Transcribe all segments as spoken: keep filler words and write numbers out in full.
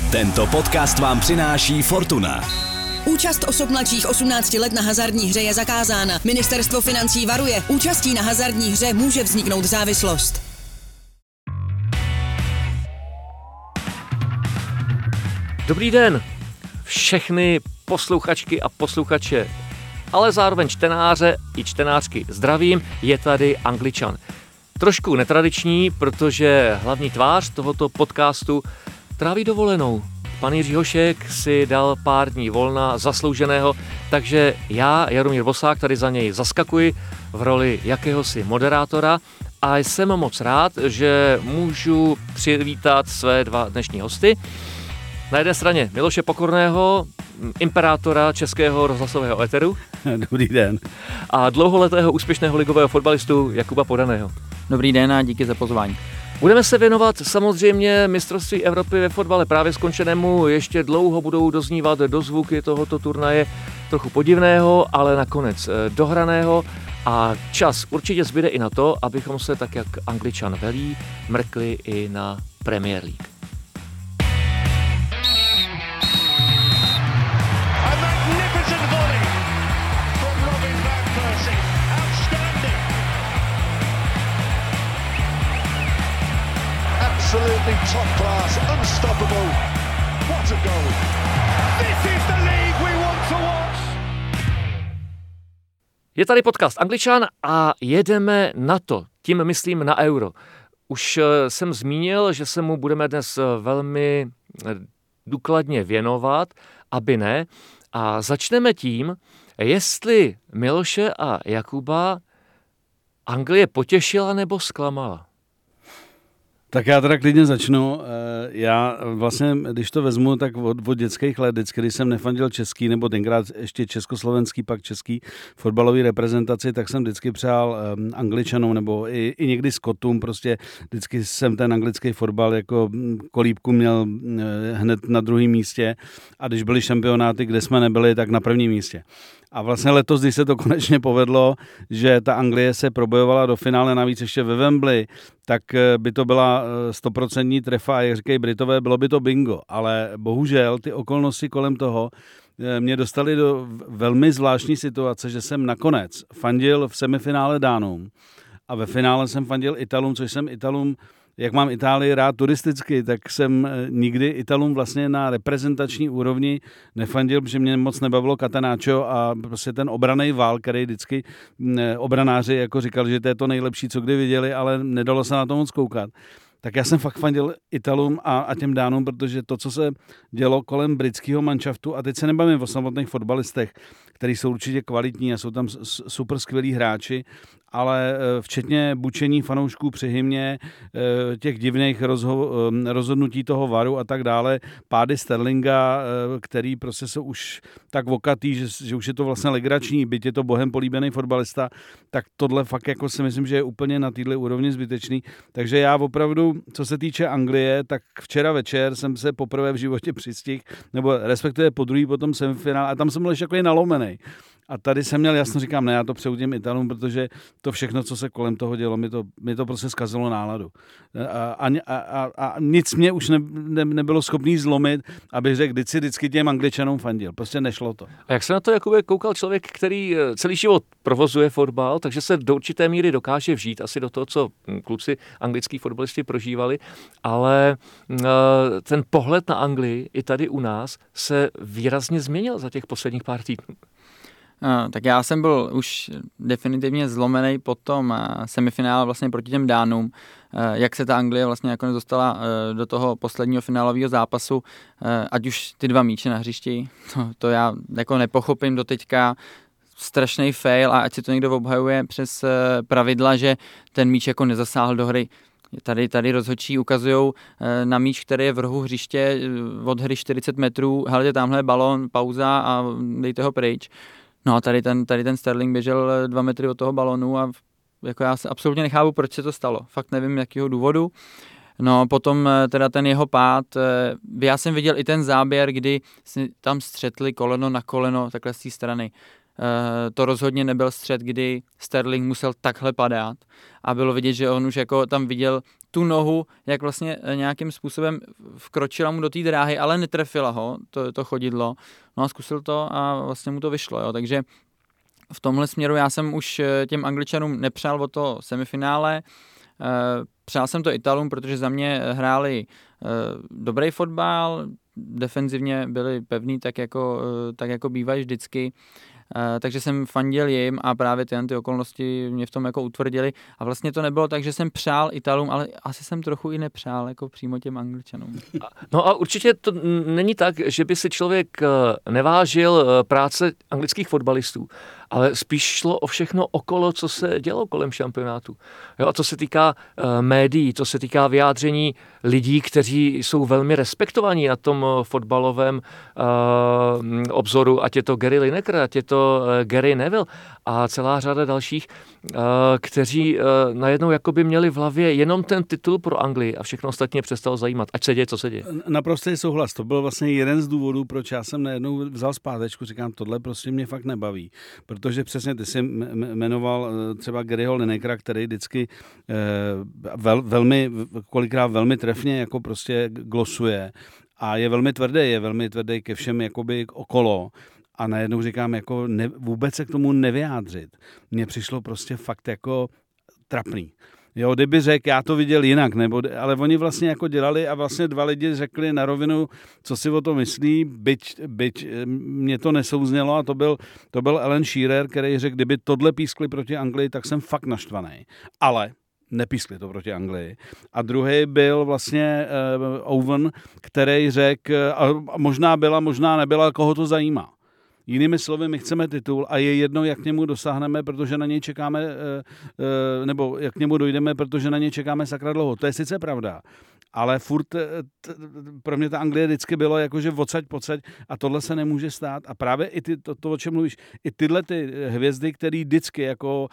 Tento podcast vám přináší Fortuna. Účast osob mladších osmnácti let na hazardní hře je zakázána. Ministerstvo financí varuje, účastí na hazardní hře může vzniknout závislost. Dobrý den, všechny posluchačky a posluchače, ale zároveň čtenáře i čtenářky zdravím, je tady Angličan. Trošku netradiční, protože hlavní tvář tohoto podcastu tráví dovolenou. Pan Jiří Hošek si dal pár dní volna zaslouženého, takže já, Jaromír Vosák, tady za něj zaskakuji v roli jakéhosi moderátora a jsem moc rád, že můžu přivítat své dva dnešní hosty. Na jedné straně Miloše Pokorného, imperátora českého rozhlasového éteru. Dobrý den. A dlouholetého úspěšného ligového fotbalistu Jakuba Podaného. Dobrý den a díky za pozvání. Budeme se věnovat samozřejmě mistrovství Evropy ve fotbale právě skončenému. Ještě dlouho budou doznívat dozvuky tohoto turnaje trochu podivného, ale nakonec dohraného. A čas určitě zbyde i na to, abychom se tak, jak Angličan velí, mrkli i na Premier League. Absolutely top class, unstoppable. What a goal. This is the league we want to watch. Je tady podcast Angličan a jedeme na to, tím myslím na Euro. Už jsem zmínil, že se mu budeme dnes velmi důkladně věnovat, aby ne. A začneme tím, jestli Miloše a Jakuba Anglie potěšila nebo zklamala. Tak já teda klidně začnu. Já vlastně, když to vezmu, tak od, od dětských let, vždycky, když jsem nefandil český, nebo tenkrát ještě československý, pak český fotbalový reprezentaci, tak jsem vždycky přál Angličanům, nebo i, i někdy Skotům, prostě vždycky jsem ten anglický fotbal jako kolíbku měl hned na druhém místě a když byly šampionáty, kde jsme nebyli, tak na prvním místě. A vlastně letos, když se to konečně povedlo, že ta Anglie se probojovala do finále, navíc ještě ve Wembley, tak by to byla stoprocentní trefa a jak říkají Britové, bylo by to bingo. Ale bohužel ty okolnosti kolem toho mě dostaly do velmi zvláštní situace, že jsem nakonec fandil v semifinále Dánům a ve finále jsem fandil Italům, což jsem Italům, jak mám Itálii rád turisticky, tak jsem nikdy Italům vlastně na reprezentační úrovni nefandil, protože mě moc nebavilo Catenaccio a prostě ten obranný vál, který vždycky obranáři jako říkali, že to je to nejlepší, co kdy viděli, ale nedalo se na to moc koukat. Tak já jsem fakt fandil Italům a, a těm Dánům, protože to, co se dělo kolem britského manšaftu, a teď se nebavím o samotných fotbalistech, kteří jsou určitě kvalitní a jsou tam super skvělí hráči, ale včetně bučení fanoušků při hymně, těch divných rozho- rozhodnutí toho varu a tak dále, pády Sterlinga, který prostě jsou už tak vokatý, že, že už je to vlastně legrační, byť je to bohem políbený fotbalista, tak tohle fakt jako si myslím, že je úplně na této úrovni zbytečný. Takže já opravdu, co se týče Anglie, tak včera večer jsem se poprvé v životě přistihl, nebo respektive po druhý potom semifinále, a tam jsem byl ještě takový nalomený. A tady jsem měl jasno, říkám, ne, já to přejudím Italům, protože to všechno, co se kolem toho dělo, mi to, mi to prostě zkazilo náladu. A, a, a, a nic mě už ne, ne, nebylo schopný zlomit, abych řekl, vždycky, vždycky těm Angličanům fandil. Prostě nešlo to. A jak se na to Jakube koukal člověk, který celý život provozuje fotbal, takže se do určité míry dokáže vžít asi do toho, co kluci anglický fotbalisti prožívali, ale ten pohled na Anglii i tady u nás se výrazně změnil za těch posledních pár týdnů. No, tak já jsem byl už definitivně zlomený po tom semifinále vlastně proti těm Dánům, jak se ta Anglie vlastně nakonec dostala do toho posledního finálového zápasu, ať už ty dva míče na hřišti, to, to já jako nepochopím do teďka, strašný fail a ať si to někdo obhajuje přes pravidla, že ten míč jako nezasáhl do hry. Tady, tady rozhodčí ukazujou na míč, který je v rohu hřiště od hry čtyřicet metrů, hele, tamhle je balón, pauza a dejte ho pryč. No a tady ten, tady ten Sterling běžel dva metry od toho balonu a jako já se absolutně nechápu, proč se to stalo. Fakt nevím, jakého důvodu. No potom teda ten jeho pád, já jsem viděl i ten záběr, kdy si tam střetli koleno na koleno takhle z té strany. To rozhodně nebyl střet, kdy Sterling musel takhle padat a bylo vidět, že on už jako tam viděl tu nohu, jak vlastně nějakým způsobem vkročila mu do té dráhy, ale netrefila ho, to, to chodidlo. No a zkusil to a vlastně mu to vyšlo, jo. Takže v tomhle směru já jsem už těm Angličanům nepřál o to semifinále. Přál jsem to Italům, protože za mě hráli dobrý fotbal, defenzivně byli pevní, tak jako, tak jako bývají vždycky. Uh, takže jsem fandil jim a právě tyhle ty okolnosti mě v tom jako utvrdili a vlastně to nebylo tak, že jsem přál Italům, ale asi jsem trochu i nepřál jako přímo těm Angličanům. No a určitě to není tak, že by si člověk nevážil práce anglických fotbalistů, ale spíš šlo o všechno okolo, co se dělo kolem šampionátu. Jo, a to se týká uh, médií, to se týká vyjádření lidí, kteří jsou velmi respektovaní na tom fotbalovém uh, obzoru, ať je to Gary Lineker, ať je to Gary Neville a celá řada dalších, kteří najednou jakoby měli v hlavě jenom ten titul pro Anglii a všechno ostatně přestalo zajímat. Ať se děje, co se děje. Naprostý souhlas. To byl vlastně jeden z důvodů, proč já jsem najednou vzal zpátečku. Říkám, tohle prostě mě fakt nebaví. Protože přesně ty jsi jmenoval třeba Garyho Linekera, který vždycky vel, velmi, kolikrát velmi trefně jako prostě glosuje a je velmi tvrdý, je velmi tvrdý ke všem jakoby okolo. A najednou říkám, jako ne, vůbec se k tomu nevyjádřit. Mně přišlo prostě fakt jako trapný. Jo, kdyby řekl, já to viděl jinak, nebo, ale oni vlastně jako dělali a vlastně dva lidi řekli na rovinu, co si o to myslí, byť, byť mě to nesouznělo a to byl, to byl Alan Shearer, který řekl, kdyby tohle pískli proti Anglii, tak jsem fakt naštvaný. Ale nepískli to proti Anglii. A druhý byl vlastně uh, Owen, který řekl, a možná byla, možná nebyla, koho to zajímá. Jinými slovy, my chceme titul a je jedno, jak k němu dosáhneme, protože na něj čekáme, nebo jak k němu dojdeme, protože na něj čekáme sakra dlouho. To je sice pravda, ale furt t, pro mě ta Anglie vždycky bylo jakože odsaď pocať a tohle se nemůže stát. A právě i ty, to, to, o čem mluvíš, i tyhle ty hvězdy, které vždycky jako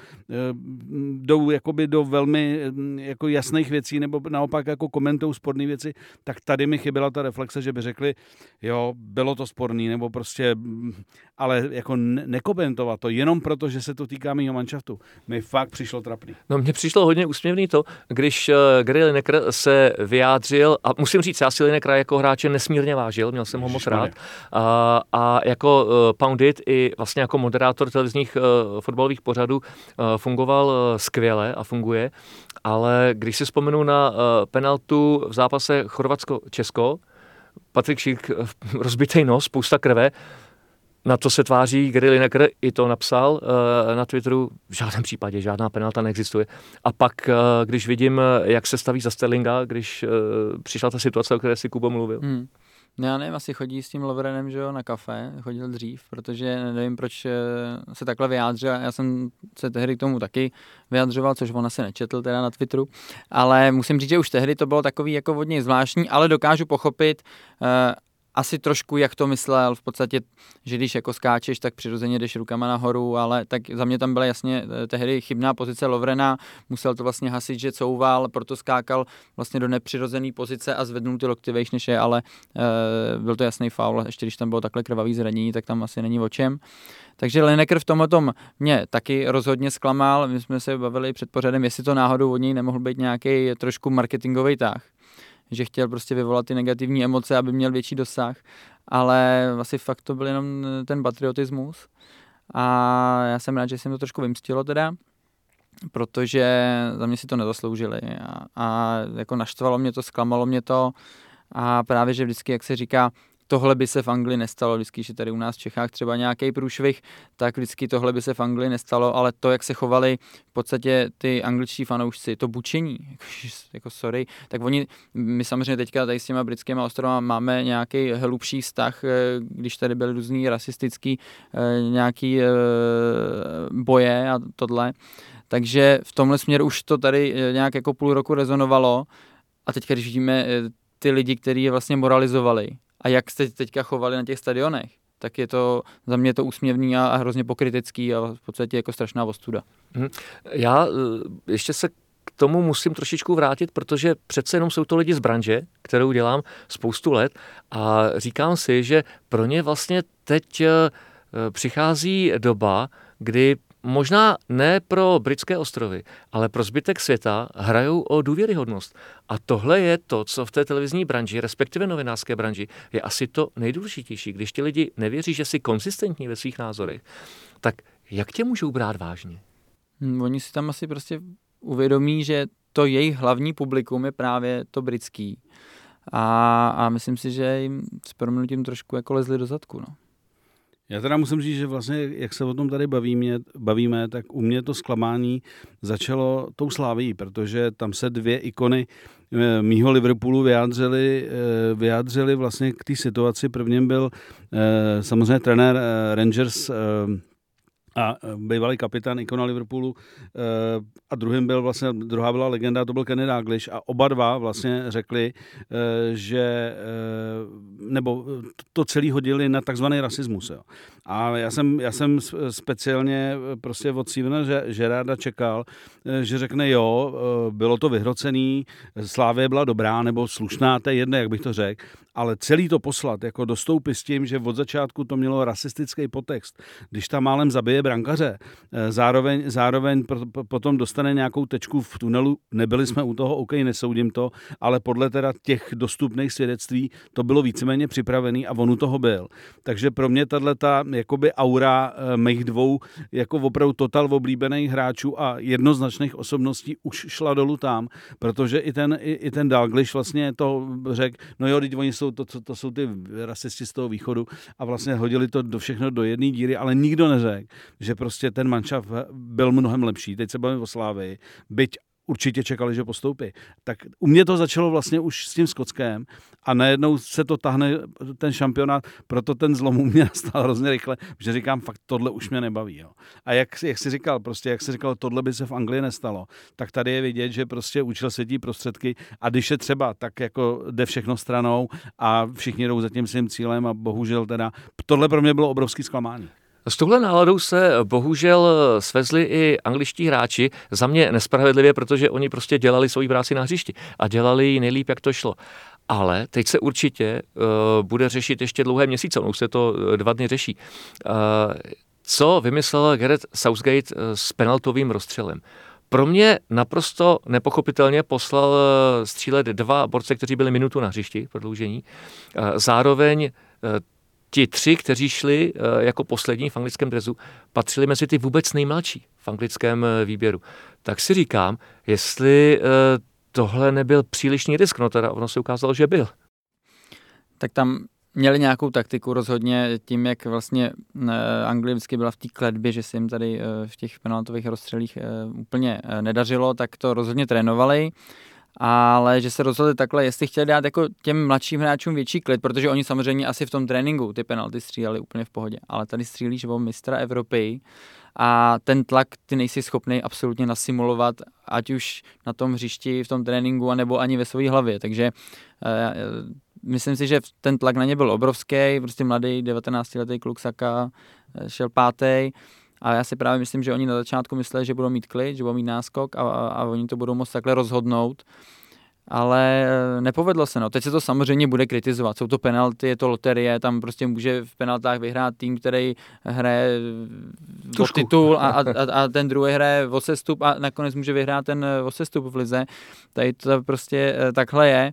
jdou jakoby do velmi jako jasných věcí nebo naopak jako komentují sporné věci, tak tady mi chyběla ta reflexe, že by řekli, jo, bylo to sporný, nebo prostě, ale jako nekomentovat to jenom proto, že se to týká mýho manšaftu. Mi fakt přišlo trapný. No mně přišlo hodně úsměvný to, když Gary Lineker se vyjádřil, a musím říct, já si Linekera jako hráče nesmírně vážil, měl jsem ho moc rád, a, a jako uh, Poundit i vlastně jako moderátor televizních uh, fotbalových pořadů uh, fungoval uh, skvěle a funguje, ale když si vzpomenu na uh, penaltu v zápase Chorvatsko-Česko, Patrik Šík, rozbitej nos, spousta krve, na to se tváří Gary Lineker, i to napsal uh, na Twitteru, v žádném případě žádná penalta neexistuje. A pak, uh, když vidím, jak se staví za Sterlinga, když uh, přišla ta situace, o které si Kubo mluvil. Hmm. Já nevím, asi chodí s tím Lovrenem, že jo, na kafe, chodil dřív, protože nevím, proč se takhle vyjádřil. Já jsem se tehdy k tomu taky vyjadřoval, což on asi nečetl teda na Twitteru, ale musím říct, že už tehdy to bylo takový jako od něj zvláštní, ale dokážu pochopit uh, asi trošku, jak to myslel, v podstatě, že když jako skáčeš, tak přirozeně jdeš rukama nahoru, ale tak za mě tam byla jasně tehdy chybná pozice Lovrena, musel to vlastně hasit, že couval, proto skákal vlastně do nepřirozené pozice a zvednul ty lokty vejš, než je, ale e, byl to jasný faul, ještě když tam bylo takhle krvavý zranění, tak tam asi není o čem. Takže Lineker v tomhletom mě taky rozhodně zklamal, my jsme se bavili před pořadem, jestli to náhodou od něj nemohl být nějaký trošku marketingový tah, že chtěl prostě vyvolat ty negativní emoce, aby měl větší dosah, ale asi fakt to byl jenom ten patriotismus a já jsem rád, že jsem to trošku vymstilo teda, protože za mě si to nezasloužili a, a jako naštvalo mě to, zklamalo mě to a právě, že vždycky, jak se říká, tohle by se v Anglii nestalo, vždycky, že tady u nás v Čechách třeba nějaký průšvih, tak vždycky tohle by se v Anglii nestalo, ale to, jak se chovali v podstatě ty angličtí fanoušci, to bučení, jako, jako sorry, tak oni, my samozřejmě teďka tady s těma britskýma ostrovama máme nějaký hlubší vztah, když tady byly různý rasistický nějaký boje a tohle, takže v tomhle směru už to tady nějak jako půl roku rezonovalo a teďka, když vidíme ty lidi, kteří je vlastně moralizovali, a jak jste teďka chovali na těch stadionech, tak je to za mě to úsměvný a, a hrozně pokrytecký a v podstatě jako strašná ostuda. Já ještě se k tomu musím trošičku vrátit, protože přece jenom jsou to lidi z branže, kterou dělám spoustu let a říkám si, že pro ně vlastně teď přichází doba, kdy možná ne pro britské ostrovy, ale pro zbytek světa hrajou o důvěryhodnost. A tohle je to, co v té televizní branži, respektive novinářské branži, je asi to nejdůležitější. Když ti lidi nevěří, že jsi konzistentní ve svých názorech, tak jak tě můžou brát vážně? Hmm, oni si tam asi prostě uvědomí, že to jejich hlavní publikum je právě to britský. A, a myslím si, že jim s prominutím trošku jako lezli do zadku. No. Já teda musím říct, že vlastně, jak se o tom tady bavíme, bavíme, tak u mě to zklamání začalo tou Slavií, protože tam se dvě ikony mýho Liverpoolu vyjádřili, vyjádřili vlastně k té situaci. Prvním byl samozřejmě trenér Rangers a bývalý kapitán, ikona Liverpoolu, a druhým byl vlastně, druhá byla legenda, to byl Kenny Dalglish, a oba dva vlastně řekli, že nebo to celý hodili na takzvaný rasismus. Jo. A já jsem, já jsem speciálně prostě od Stevena Gerrarda čekal, že řekne jo, bylo to vyhrocený, Slávie byla dobrá nebo slušná, to je jedno, jak bych to řekl, ale celý to poslat, jako dostoupit s tím, že od začátku to mělo rasistický podtext, když tam málem zabije brankaře, zároveň, zároveň potom dostane nějakou tečku v tunelu, nebyli jsme u toho, OK, nesoudím to, ale podle teda těch dostupných svědectví to bylo víceméně připravený a on u toho byl. Takže pro mě tato jakoby aura mých dvou jako opravdu total oblíbených hráčů a jednoznačných osobností už šla dolů tam, protože i ten, i, i ten Dalglish vlastně to řekl, no jo, teď oni jsou, to, to, to jsou ty rasisti z toho východu a vlastně hodili to do všechno do jedné díry, ale nikdo neřekl, že prostě ten manšaft byl mnohem lepší. Teď se bavíme o Slávii, byť určitě čekali, že postoupí. Tak u mě to začalo vlastně už s tím Skotskem a najednou se to tahne ten šampionát, proto ten zlom u mě nastal hrozně rychle, že říkám, fakt tohle už mě nebaví. Jo. A jak, jak jsi říkal, prostě jak jsi říkal, tohle by se v Anglii nestalo, tak tady je vidět, že prostě účel světí prostředky a když je třeba, tak jako jde všechno stranou a všichni jdou za tím svým cílem a bohužel teda, tohle pro mě bylo obrovský zklamání. S touhle náladou se bohužel svezli i angličtí hráči, za mě nespravedlivě, protože oni prostě dělali svoji práci na hřišti a dělali ji nejlíp, jak to šlo. Ale teď se určitě uh, bude řešit ještě dlouhé měsíce, už se to dva dny řeší. Uh, co vymyslel Gareth Southgate s penaltovým rozstřelem? Pro mě naprosto nepochopitelně poslal střílet dva borce, kteří byli minutu na hřišti, prodloužení. Uh, zároveň uh, ti tři, kteří šli jako poslední v anglickém dresu, patřili mezi ty vůbec nejmladší v anglickém výběru. Tak si říkám, jestli tohle nebyl přílišný risk, no teda ono se ukázalo, že byl. Tak tam měli nějakou taktiku rozhodně tím, jak vlastně Anglie vždycky byla v té kletbě, že se jim tady v těch penaltových rozstřelích úplně nedařilo, tak to rozhodně trénovali. Ale že se rozhodli takhle, jestli chtěli dát jako těm mladším hráčům větší klid, protože oni samozřejmě asi v tom tréninku ty penalty stříleli úplně v pohodě, ale tady střílíš o mistra Evropy a ten tlak ty nejsi schopný absolutně nasimulovat, ať už na tom hřišti, v tom tréninku, anebo ani ve své hlavě, takže eh, myslím si, že ten tlak na ně byl obrovský, prostě mladý devatenáctiletý kluk Saka šel pátý. A já si právě myslím, že oni na začátku mysleli, že budou mít klid, že budou mít náskok a, a, a oni to budou moct takhle rozhodnout. Ale nepovedlo se. No. Teď se to samozřejmě bude kritizovat. Jsou to penalty, je to loterie, tam prostě může v penaltách vyhrát tým, který hraje o titul a, a, a ten druhý hraje o sestup a nakonec může vyhrát ten o sestup v lize. Tady to prostě takhle je.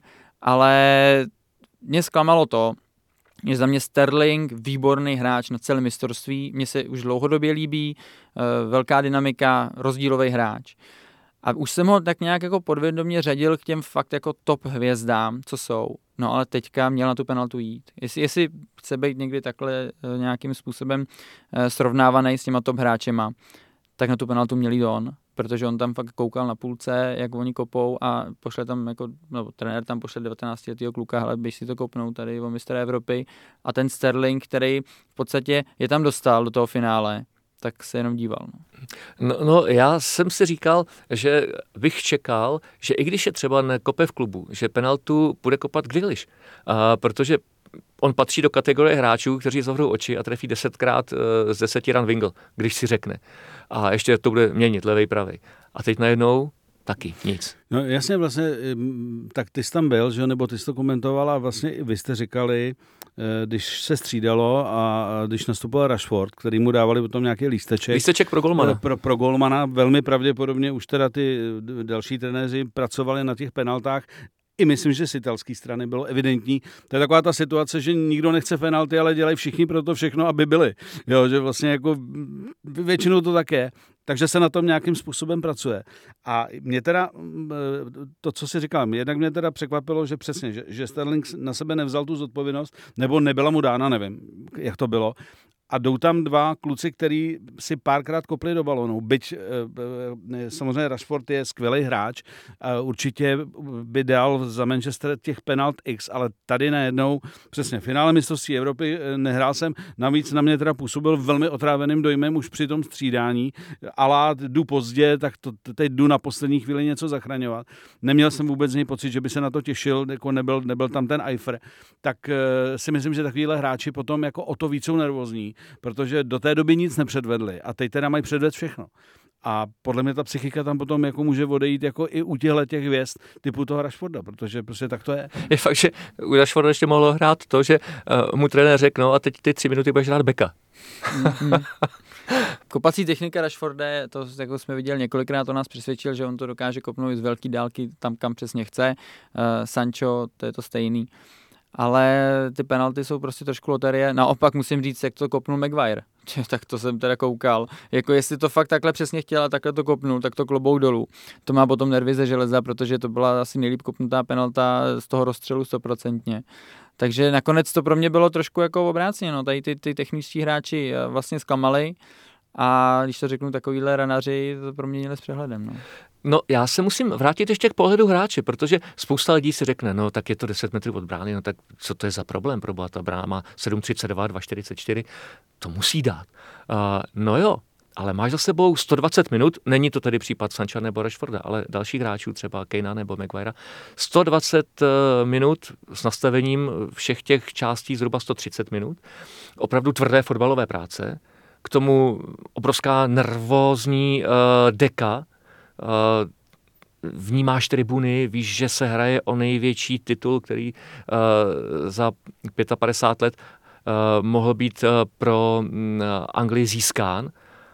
Ale mě zklamalo to, je za mě Sterling výborný hráč na celém mistrovství, mně se už dlouhodobě líbí, velká dynamika, rozdílový hráč. A už jsem ho tak nějak jako podvědomě řadil k těm fakt jako top hvězdám, co jsou. No ale teďka měl na tu penaltu jít. Jestli, jestli chce být někdy takhle nějakým způsobem srovnávaný s těma top hráčema, tak na tu penaltu měl jít on, protože on tam fakt koukal na půlce, jak oni kopou a pošle tam jako, nebo trenér tam pošle devatenáctiletýho kluka, hele, běž si to kopnout tady o mistra Evropy a ten Sterling, který v podstatě je tam dostal do toho finále, tak se jenom díval. No. No, no já jsem si říkal, že bych čekal, že i když je třeba nekope v klubu, že penaltu bude kopat Grealish, a protože on patří do kategorie hráčů, kteří zavřou oči a trefí desetkrát z deseti run Wingle, když si řekne. A ještě to bude měnit levej, pravej. A teď najednou taky nic. No jasně, vlastně, tak ty jsi tam byl, že? Nebo ty jsi to komentoval a vlastně vy jste říkali, když se střídalo a když nastupoval Rashford, který mu dávali potom nějaký lísteček. Lísteček pro golmana. Pro, pro golmana, velmi pravděpodobně už teda ty další trenéři pracovali na těch penaltách. I myslím, že z italské strany bylo evidentní. To je taková ta situace, že nikdo nechce penalty, ale dělají všichni pro to všechno, aby byly. Jo, že vlastně jako většinou to tak je. Takže se na tom nějakým způsobem pracuje. A mě teda, to, co si říkám, jednak mě teda překvapilo, že přesně, že, že Sterling na sebe nevzal tu zodpovědnost, nebo nebyla mu dána, nevím, jak to bylo. A jdou tam dva kluci, který si párkrát kopli do balonu. Byť samozřejmě Rashford je skvělý hráč, určitě by dal za Manchester těch penalt X, ale tady najednou, přesně, finále mistrovství Evropy nehrál jsem, navíc na mě teda působil velmi otráveným dojmem už při tom střídání, alá jdu pozdě, tak to, teď jdu na poslední chvíli něco zachraňovat. Neměl jsem vůbec z něj pocit, že by se na to těšil, jako nebyl, nebyl tam ten Eifer. Tak si myslím, že takovýhle hráči potom jako o to víc jsou nervózní, protože do té doby nic nepředvedli a teď teda mají předvést všechno. A podle mě ta psychika tam potom jako může odejít jako i u těchto těch hvězd typu toho Rashforda, protože prostě tak to je. Je fakt, že u Rashforda ještě mohlo hrát to, že uh, mu trenér řekl, no a teď ty tři minuty budeš hrát beka. Mm-hmm. Kopací technika Rashforda, to jako jsme viděli několikrát, to nás přesvědčil, že on to dokáže kopnout z velké dálky tam, kam přesně chce. Uh, Sancho, to je to stejný. Ale ty penalty jsou prostě trošku loterie. Naopak musím říct, jak to kopnul Maguire. Tak to jsem teda koukal. Jako jestli to fakt takhle přesně chtěl a takhle to kopnul, tak to klobouk dolů. To má potom nervy ze železa, protože to byla asi nejlíp kopnutá penalta z toho rozstřelu stoprocentně. Takže nakonec to pro mě bylo trošku jako obráceně. No. Tady ty, ty techničtí hráči vlastně zklamali a když to řeknu, takovýhle ranaři to proměnili s přehledem. No. No, já se musím vrátit ještě k pohledu hráče, protože spousta lidí si řekne, no tak je to deset metrů od brány, no tak co to je za problém, proboha, ta brána má sedm třicet dva, dva čtyřicet čtyři, to musí dát. Uh, no jo, ale máš za sebou sto dvacet minut, není to tedy případ Sancha nebo Rashforda, ale dalších hráčů, třeba Kanea nebo Maguirea, sto dvacet minut s nastavením všech těch částí zhruba sto třicet minut, opravdu tvrdé fotbalové práce, k tomu obrovská nervózní uh, deka, Uh, vnímáš tribuny, víš, že se hraje o největší titul, který uh, za padesát pět let uh, mohl být uh, pro uh, Anglii získán.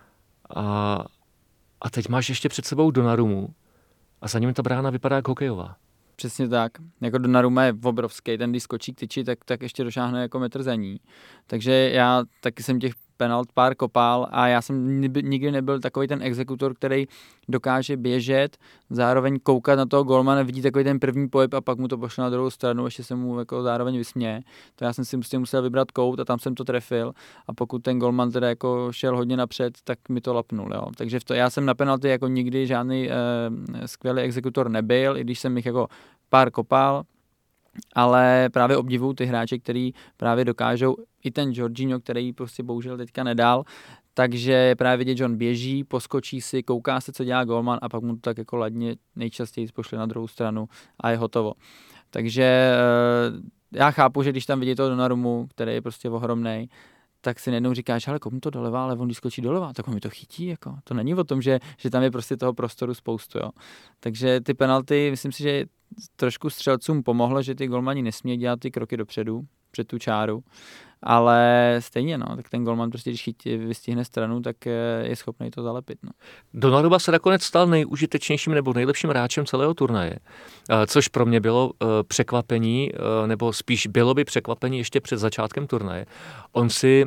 A, a teď máš ještě před sebou Donnarumu a za ním ta brána vypadá jako hokejová. Přesně tak. Jako Donnarumma je obrovský, ten když skočí k tyči, tak, tak ještě došáhne jako metr za ní. Takže já taky jsem těch penalt pár kopál a já jsem nikdy nebyl takový ten exekutor, který dokáže běžet, zároveň koukat na toho golmana, vidí takový ten první pohyb a pak mu to pošle na druhou stranu, ještě se mu jako zároveň vysměje. To já jsem si prostě musel vybrat kout a tam jsem to trefil a pokud ten golman teda jako šel hodně napřed, tak mi to lapnul. Jo. Takže v to, já jsem na penalty jako nikdy žádný eh, skvělý exekutor nebyl, i když jsem jich jako pár kopal, ale právě obdivuju ty hráče, který právě dokážou, i ten Jorginho, který prostě bohužel teďka nedal, takže právě vidět, že on běží, poskočí si, kouká se, co dělá golman a pak mu to tak jako ladně nejčastěji pošle na druhou stranu a je hotovo. Takže já chápu, že když tam vidí toho Donnarumu, který je prostě ohromnej, tak si najednou říkáš, ale komu to doleva, ale on když skočí doleva, tak on mi to chytí. Jako. To není o tom, že, že tam je prostě toho prostoru spoustu. Jo. Takže ty penalty, myslím si, že trošku střelcům pomohlo, že ty golmani nesmí dělat ty kroky dopředu, před tu čáru, ale stejně, no, tak ten golman prostě, když chytí, vystihne stranu, tak je schopný to zalepit. No. Donnarumma se nakonec stal nejužitečnějším nebo nejlepším hráčem celého turnaje, což pro mě bylo překvapení, nebo spíš bylo by překvapení ještě před začátkem turnaje. On si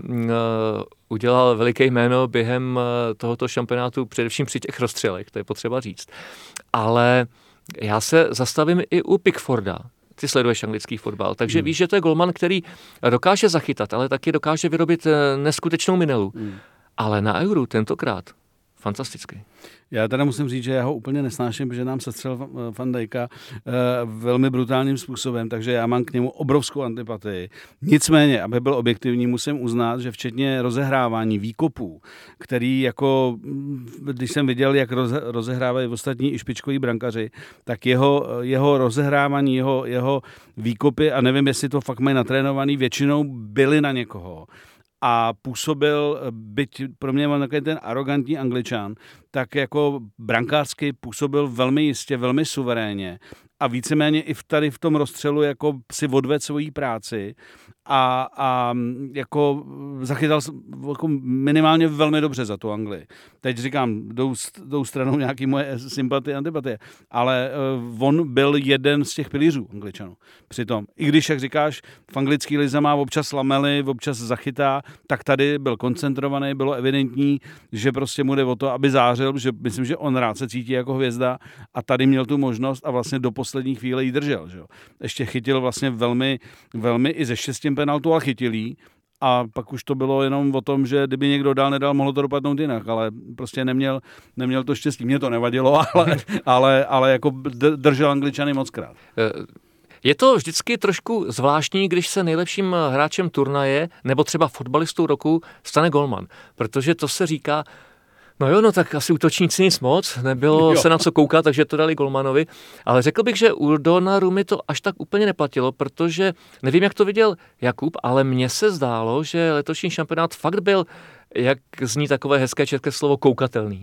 udělal veliké jméno během tohoto šampionátu, především při těch rozstřelech, to je potřeba říct. Ale já se zastavím i u Pickforda. Ty sleduješ anglický fotbal, takže hmm. víš, že to je golman, který dokáže zachytat, ale taky dokáže vyrobit neskutečnou minelu. Hmm. Ale na Euru tentokrát fantastický. Já teda musím říct, že já ho úplně nesnáším, protože nám sestřel Van Dijka e, velmi brutálním způsobem, takže já mám k němu obrovskou antipatii. Nicméně, aby byl objektivní, musím uznat, že včetně rozehrávání výkopů, který jako, když jsem viděl, jak roze, rozehrávají ostatní i špičkoví brankaři, tak jeho, jeho rozehrávání, jeho, jeho výkopy, a nevím, jestli to fakt mají natrénovaný, většinou byly na někoho. A působil, byť pro mě mám takový ten arrogantní Angličan, tak jako brankářsky působil velmi jistě, velmi suverénně a víceméně i v tady v tom rozstřelu jako si odvedl svoji práci a, a jako zachytal jako minimálně velmi dobře za tu Anglii. Teď říkám, jdou, jdou stranou nějaký moje sympatie, antipatie, ale uh, on byl jeden z těch pilířů Angličanů. Přitom, i když, jak říkáš, v anglický lize má občas lamely, občas zachytá, tak tady byl koncentrovaný, bylo evidentní, že prostě mu jde o to, aby zářil, že myslím, že on rád se cítí jako hvězda a tady měl tu možnost a vlastně do poslední chvíle jí držel. Že jo. Ještě chytil vlastně velmi, velmi i ze štěstím penaltu, a chytil jí. A pak už to bylo jenom o tom, že kdyby někdo dál nedal, mohlo to dopadnout jinak, ale prostě neměl, neměl to štěstí. Mně to nevadilo, ale, ale, ale jako držel Angličany mockrát. Je to vždycky trošku zvláštní, když se nejlepším hráčem turnaje nebo třeba fotbalistou roku stane golman, protože to se říká, no jo, no tak asi útočníci nic moc, nebylo jo. se na co koukat, takže to dali golmanovi, ale řekl bych, že u Donnarumy to až tak úplně neplatilo, protože nevím, jak to viděl Jakub, ale mně se zdálo, že letošní šampionát fakt byl, jak zní takové hezké české slovo, koukatelný.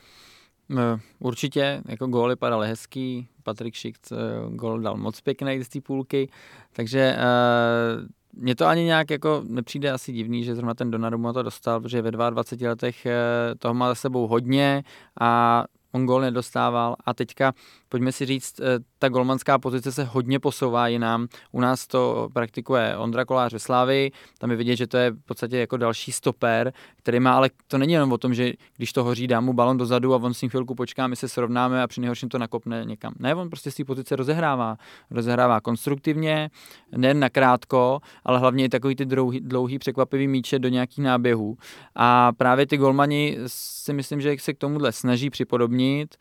Určitě, jako góly padaly hezký, Patrik Schick gól dal moc pěkný z té půlky, takže uh, mně to ani nějak jako nepřijde asi divný, že zrovna ten Donnarumma to dostal, protože ve dvaadvaceti letech toho má za sebou hodně a on gól nedostával a teďka, pojďme si říct, ta golmanská pozice se hodně posouvá jinam. U nás to praktikuje Ondra Kolář ve Slavii, tam je vidět, že to je v podstatě jako další stoper, který má, ale to není jenom o tom, že když to hoří, dá mu balon dozadu a on s ním chvilku počká, my se srovnáme a při nejhorším to nakopne někam. Ne, on prostě z té pozice rozehrává. Rozehrává konstruktivně, nejen nakrátko, ale hlavně i takový ty dlouhý, dlouhý překvapivý míče do nějakých náběhů. A právě ty golmani si myslím, že se k tomuhle snaží připodobnit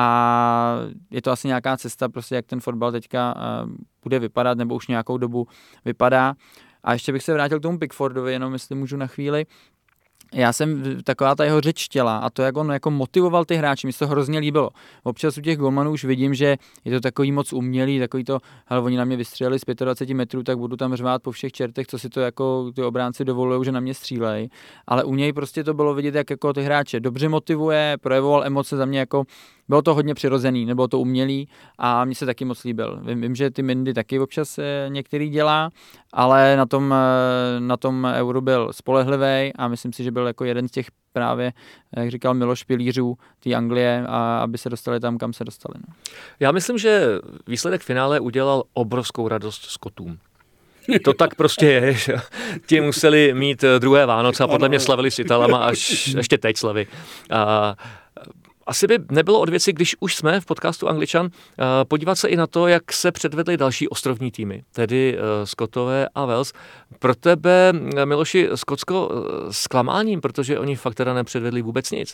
a je to asi nějaká cesta, prostě jak ten fotbal teďka uh, bude vypadat, nebo už nějakou dobu vypadá. A ještě bych se vrátil k tomu Pickfordovi, jenom jestli můžu na chvíli. Já jsem taková ta jeho řeč těla a to, jak on jako motivoval ty hráči, mi se to hrozně líbilo. Občas u těch golmanů už vidím, že je to takový moc umělý, takový to, hele, oni na mě vystřelili z dvacet pět metrů, tak budu tam řvát po všech čertech, co si to jako ty obránci dovolujou, že na mě střílej. Ale u něj prostě to bylo vidět, jak jako ty hráče dobře motivuje, projevoval emoce, za mě jako bylo to hodně přirozený, nebylo to umělý a mně se taky moc líbil. Vím, vím že ty Mindy taky občas některý dělá, ale na tom, na tom Euru byl spolehlivý a myslím si, že byl jako jeden z těch právě, jak říkal Miloš, pilířů té Anglie, a aby se dostali tam, kam se dostali. No. Já myslím, že výsledek finále udělal obrovskou radost Skotům. To tak prostě je, že ti museli mít druhé Vánoce a podle mě slavili s Italama až ještě teď slaví. A asi by nebylo od věci, když už jsme v podcastu Angličan, podívat se i na to, jak se předvedly další ostrovní týmy, tedy Skotové a Wales. Pro tebe, Miloši, Skotsko zklamáním, protože oni fakt teda nepředvedli vůbec nic.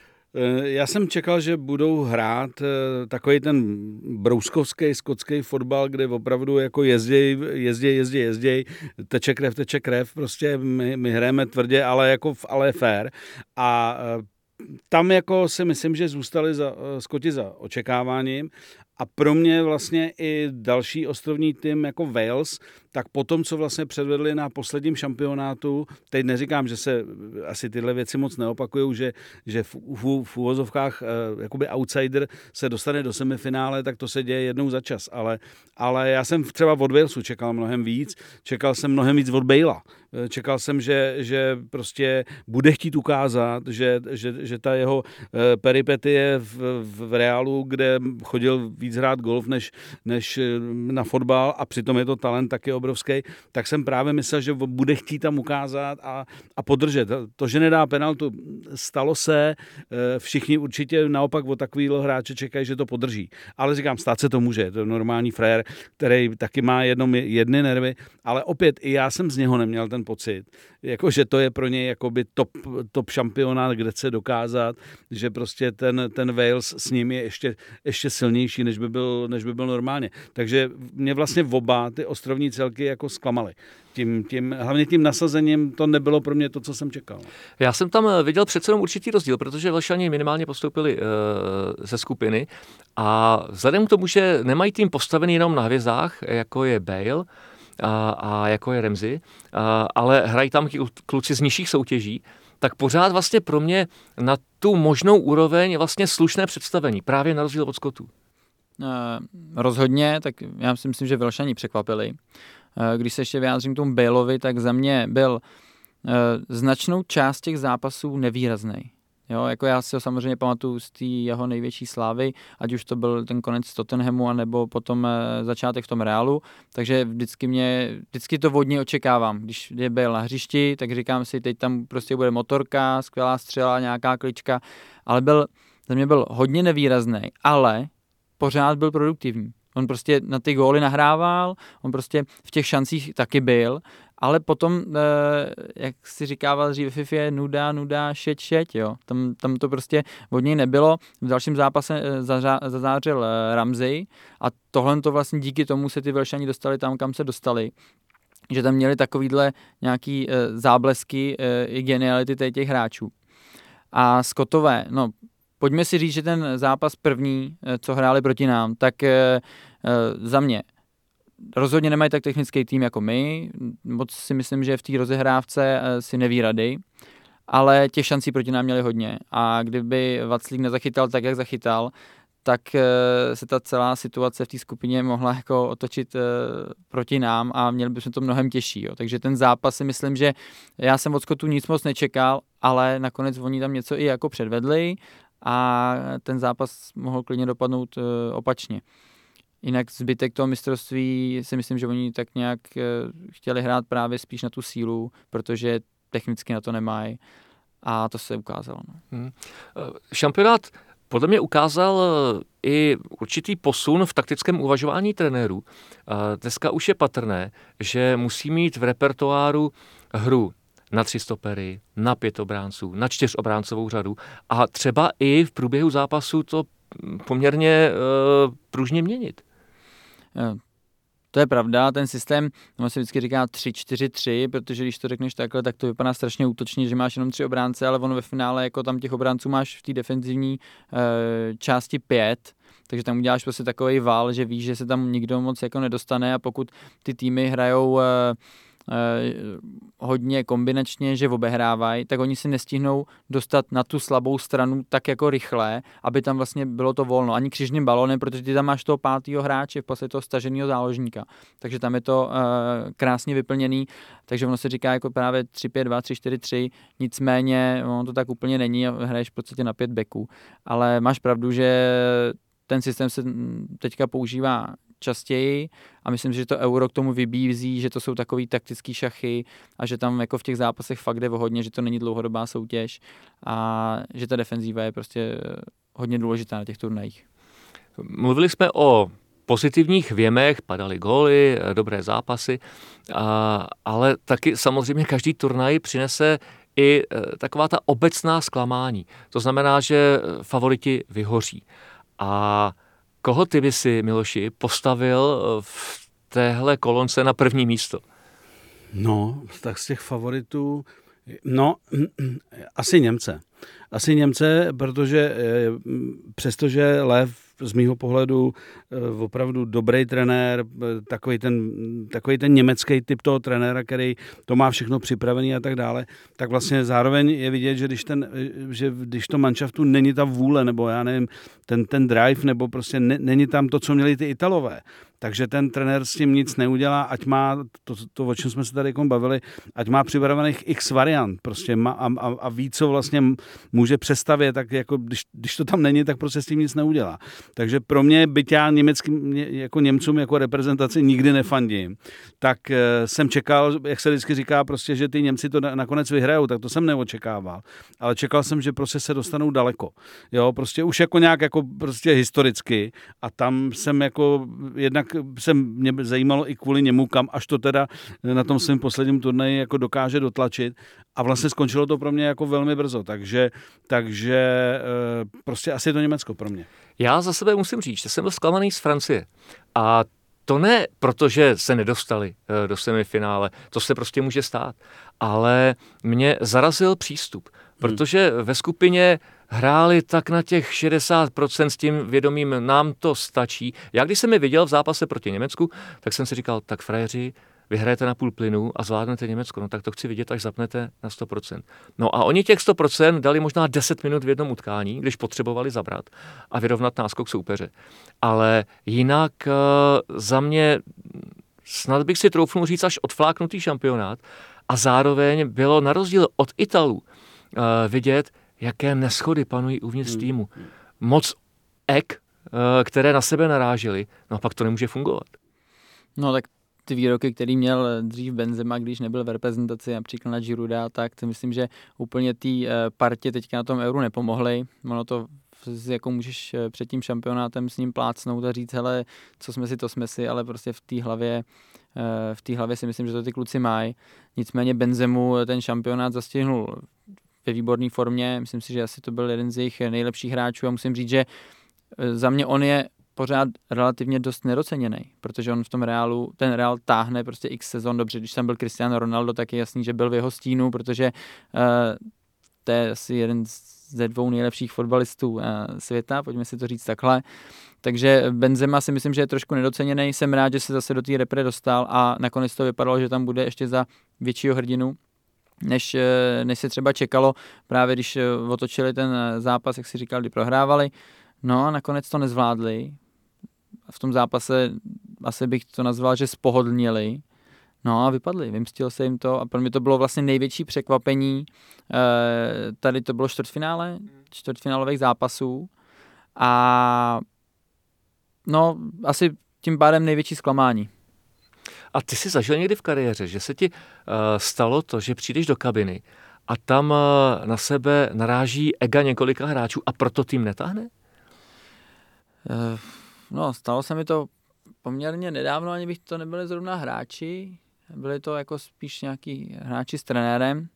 Já jsem čekal, že budou hrát takový ten brouskovský skotský fotbal, kde opravdu jako jezděj, jezděj, jezděj, jezděj, teče krev, teče krev, prostě my, my hrajeme tvrdě, ale jako ale fair. A tam jako si myslím, že zůstali za, Skoti za očekáváním a pro mě vlastně i další ostrovní tým jako Wales, tak po tom, co vlastně předvedli na posledním šampionátu, teď neříkám, že se asi tyhle věci moc neopakujou, že, že v, v, v úvozovkách eh, jakoby outsider se dostane do semifinále, tak to se děje jednou za čas, ale, ale já jsem třeba od Walesu čekal mnohem víc, čekal jsem mnohem víc od Bale'a. Čekal jsem, že, že prostě bude chtít ukázat, že, že, že ta jeho peripetie v, v Reálu, kde chodil víc hrát golf než, než na fotbal a přitom je to talent taky obrovský, tak jsem právě myslel, že bude chtít tam ukázat a, a podržet. To, že nedá penaltu, stalo se, všichni určitě naopak od takovýhle hráče čekají, že to podrží. Ale říkám, stát se to může, to je normální frér, který taky má jedno, jedny nervy, ale opět i já jsem z něho neměl ten pocit, jako že to je pro něj jakoby top, top šampionát, kde chce dokázat, že prostě ten, ten Wales s ním je ještě, ještě silnější, než by, byl, než by byl normálně. Takže mě vlastně oba ty ostrovní celky jako zklamaly. Tím, tím, hlavně tím nasazením to nebylo pro mě to, co jsem čekal. Já jsem tam viděl přece jenom určitý rozdíl, protože Velšani minimálně postoupili uh, ze skupiny a vzhledem k tomu, že nemají tým postavený jenom na hvězdách, jako je Bale, A, a jako je Ramsey, a, ale hrají tam kluci z nižších soutěží, tak pořád vlastně pro mě na tu možnou úroveň vlastně slušné představení, právě na rozdíl od Skotů. Uh, rozhodně, tak já si myslím, že Velšani překvapili. když se ještě vyjádřím k tomu Baleovi, tak za mě byl značnou část těch zápasů nevýrazný. Jo, jako já si ho samozřejmě pamatuju z té jeho největší slávy, ať už to byl ten konec Tottenhamu, anebo potom začátek v tom Realu, takže vždycky mě, vždycky to vodně očekávám. Když je Bale na hřišti, tak říkám si, teď tam prostě bude motorka, skvělá střela, nějaká klička, ale byl, za mě byl hodně nevýrazný, ale pořád byl produktivní. On prostě na ty góly nahrával, on prostě v těch šancích taky byl, ale potom, jak si říkával dřív v FIFA, nuda, nuda, šeť, šeť, jo. Tam, tam to prostě od něj nebylo. V dalším zápase zazářil Ramsey a tohle to vlastně díky tomu se ty Velšani dostali tam, kam se dostali. Že tam měli takovýhle nějaký záblesky i geniality těch hráčů. A Scottové, no, pojďme si říct, že ten zápas první, co hráli proti nám, tak za mě rozhodně nemají tak technický tým jako my, moc si myslím, že v té rozehrávce si neví rady, ale těch šancí proti nám měli hodně a kdyby Vaclík nezachytal tak, jak zachytal, tak se ta celá situace v té skupině mohla jako otočit proti nám a měli bychom to mnohem těžší. Jo. Takže ten zápas si myslím, že já jsem od Scottů nic moc nečekal, ale nakonec oni tam něco i jako předvedli a ten zápas mohl klidně dopadnout opačně. Jinak zbytek toho mistrovství si myslím, že oni tak nějak chtěli hrát právě spíš na tu sílu, protože technicky na to nemají a to se ukázalo. No. Hmm. Šampionát podle mě ukázal i určitý posun v taktickém uvažování trenérů. Dneska už je patrné, že musí mít v repertoáru hru na tři stopery, na pět obránců, na čtyřobráncovou řadu a třeba i v průběhu zápasu to poměrně uh, pružně měnit. To je pravda, ten systém, on se vždycky říká tři čtyři tři, protože když to řekneš takhle, tak to vypadá strašně útočně, že máš jenom tři obránce, ale ono ve finále jako tam těch obránců máš v té defenzivní e, části pět, takže tam uděláš prostě takovej val, že víš, že se tam nikdo moc jako nedostane a pokud ty týmy hrajou e, e, hodně kombinačně, že obehrávají, tak oni si nestihnou dostat na tu slabou stranu tak jako rychle, aby tam vlastně bylo to volno, ani křižným balonem, protože ty tam máš toho pátého hráče, v podstatě toho staženého záložníka. Takže tam je to uh, krásně vyplněný, takže ono se říká jako právě tři pět dva, tři čtyři tři, nicméně ono to tak úplně není a hraješ v podstatě na pět backů. Ale máš pravdu, že ten systém se teďka používá častěji a myslím, že to Euro k tomu vybízí, že to jsou takový taktický šachy a že tam jako v těch zápasech fakt jde o hodně, že to není dlouhodobá soutěž a že ta defenzíva je prostě hodně důležitá na těch turnajích. Mluvili jsme o pozitivních věmech, padaly góly, dobré zápasy, a, ale taky samozřejmě každý turnaj přinese i taková ta obecná zklamání. To znamená, že favoriti vyhoří. A koho ty by si, Miloši, postavil v téhle kolonce na první místo? No, tak z těch favoritů, no, asi Němce. Asi Němce, protože přestože Lev z mýho pohledu opravdu dobrý trenér, takový ten, takový ten německý typ toho trenéra, který to má všechno připravený a tak dále, tak vlastně zároveň je vidět, že když, ten, že když to manšaftu není ta vůle, nebo já nevím, ten, ten drive, nebo prostě ne, není tam to, co měli ty Italové, takže ten trenér s tím nic neudělá, ať má, to, to o čem jsme se tady bavili, ať má připravených x variant prostě má, a, a, a ví, co vlastně může přestavět, tak jako když, když to tam není, tak prostě s tím nic neudělá. Takže pro mě, byť já německým, jako Němcům jako reprezentaci nikdy nefandím, tak jsem čekal, jak se vždycky říká, prostě, že ty Němci to nakonec vyhrajou, tak to jsem neočekával. Ale čekal jsem, že prostě se dostanou daleko. Jo, prostě už jako nějak jako prostě historicky a tam jsem jako jednak jsem mě zajímalo i kvůli němu, kam až to teda na tom svém posledním turnaji jako dokáže dotlačit a vlastně skončilo to pro mě jako velmi brzo, takže, takže prostě asi je to Německo pro mě. Já za sebe musím říct, že jsem byl zklamaný z Francie a to ne, protože se nedostali do semifinále, to se prostě může stát, ale mě zarazil přístup, protože ve skupině hráli tak na těch šedesát procent s tím vědomím, nám to stačí. Já když jsem je viděl v zápase proti Německu, tak jsem si říkal, tak frajeři, vyhrajete na půl plynu a zvládnete Německo, no tak to chci vidět, až zapnete na sto procent. No a oni těch sto procent dali možná deset minut v jednom utkání, když potřebovali zabrat a vyrovnat náskok soupeře. Ale jinak za mě snad bych si troufnul říct až odfláknutý šampionát a zároveň bylo na rozdíl od Italů uh, vidět, jaké neschody panují uvnitř hmm. týmu. Moc ek, uh, které na sebe narážely, no a pak to nemůže fungovat. No tak ty výroky, který měl dřív Benzema, když nebyl v reprezentaci, například na Giroud, tak to myslím, že úplně té partě teďka na tom Euru nepomohly. Ono to, jako můžeš před tím šampionátem s ním plácnout a říct, hele, co jsme si, to jsme si, ale prostě v té hlavě, v té hlavě si myslím, že to ty kluci mají. Nicméně Benzemu ten šampionát zastihnul ve výborné formě. Myslím si, že asi to byl jeden z jejich nejlepších hráčů a musím říct, že za mě on je pořád relativně dost nedoceněný, protože on v tom Reálu, ten Reál táhne prostě x sezon dobře, když tam byl Cristiano Ronaldo, tak je jasný, že byl v jeho stínu, protože uh, to je asi jeden ze dvou nejlepších fotbalistů uh, světa, pojďme si to říct takhle. Takže Benzema si myslím, že je trošku nedoceněný, jsem rád, že se zase do té repre dostal a nakonec to vypadalo, že tam bude ještě za většího hrdinu, než, než se třeba čekalo, právě když otočili ten zápas, jak si říkal, kdy prohrávali. No a nakonec to nezvládli. V tom zápase asi bych to nazval, že spohodlnili. No a vypadli, vymstil se jim to a pro mě to bylo vlastně největší překvapení. E, tady to bylo čtvrtfinále, čtvrtfinálových zápasů a no asi tím pádem největší zklamání. A ty jsi zažil někdy v kariéře, že se ti uh, stalo to, že přijdeš do kabiny a tam uh, na sebe naráží ega několika hráčů a proto tým netáhne? Uh, no, stalo se mi to poměrně nedávno, ani bych to nebyli zrovna hráči, byli to jako spíš nějaký hráči s trenérem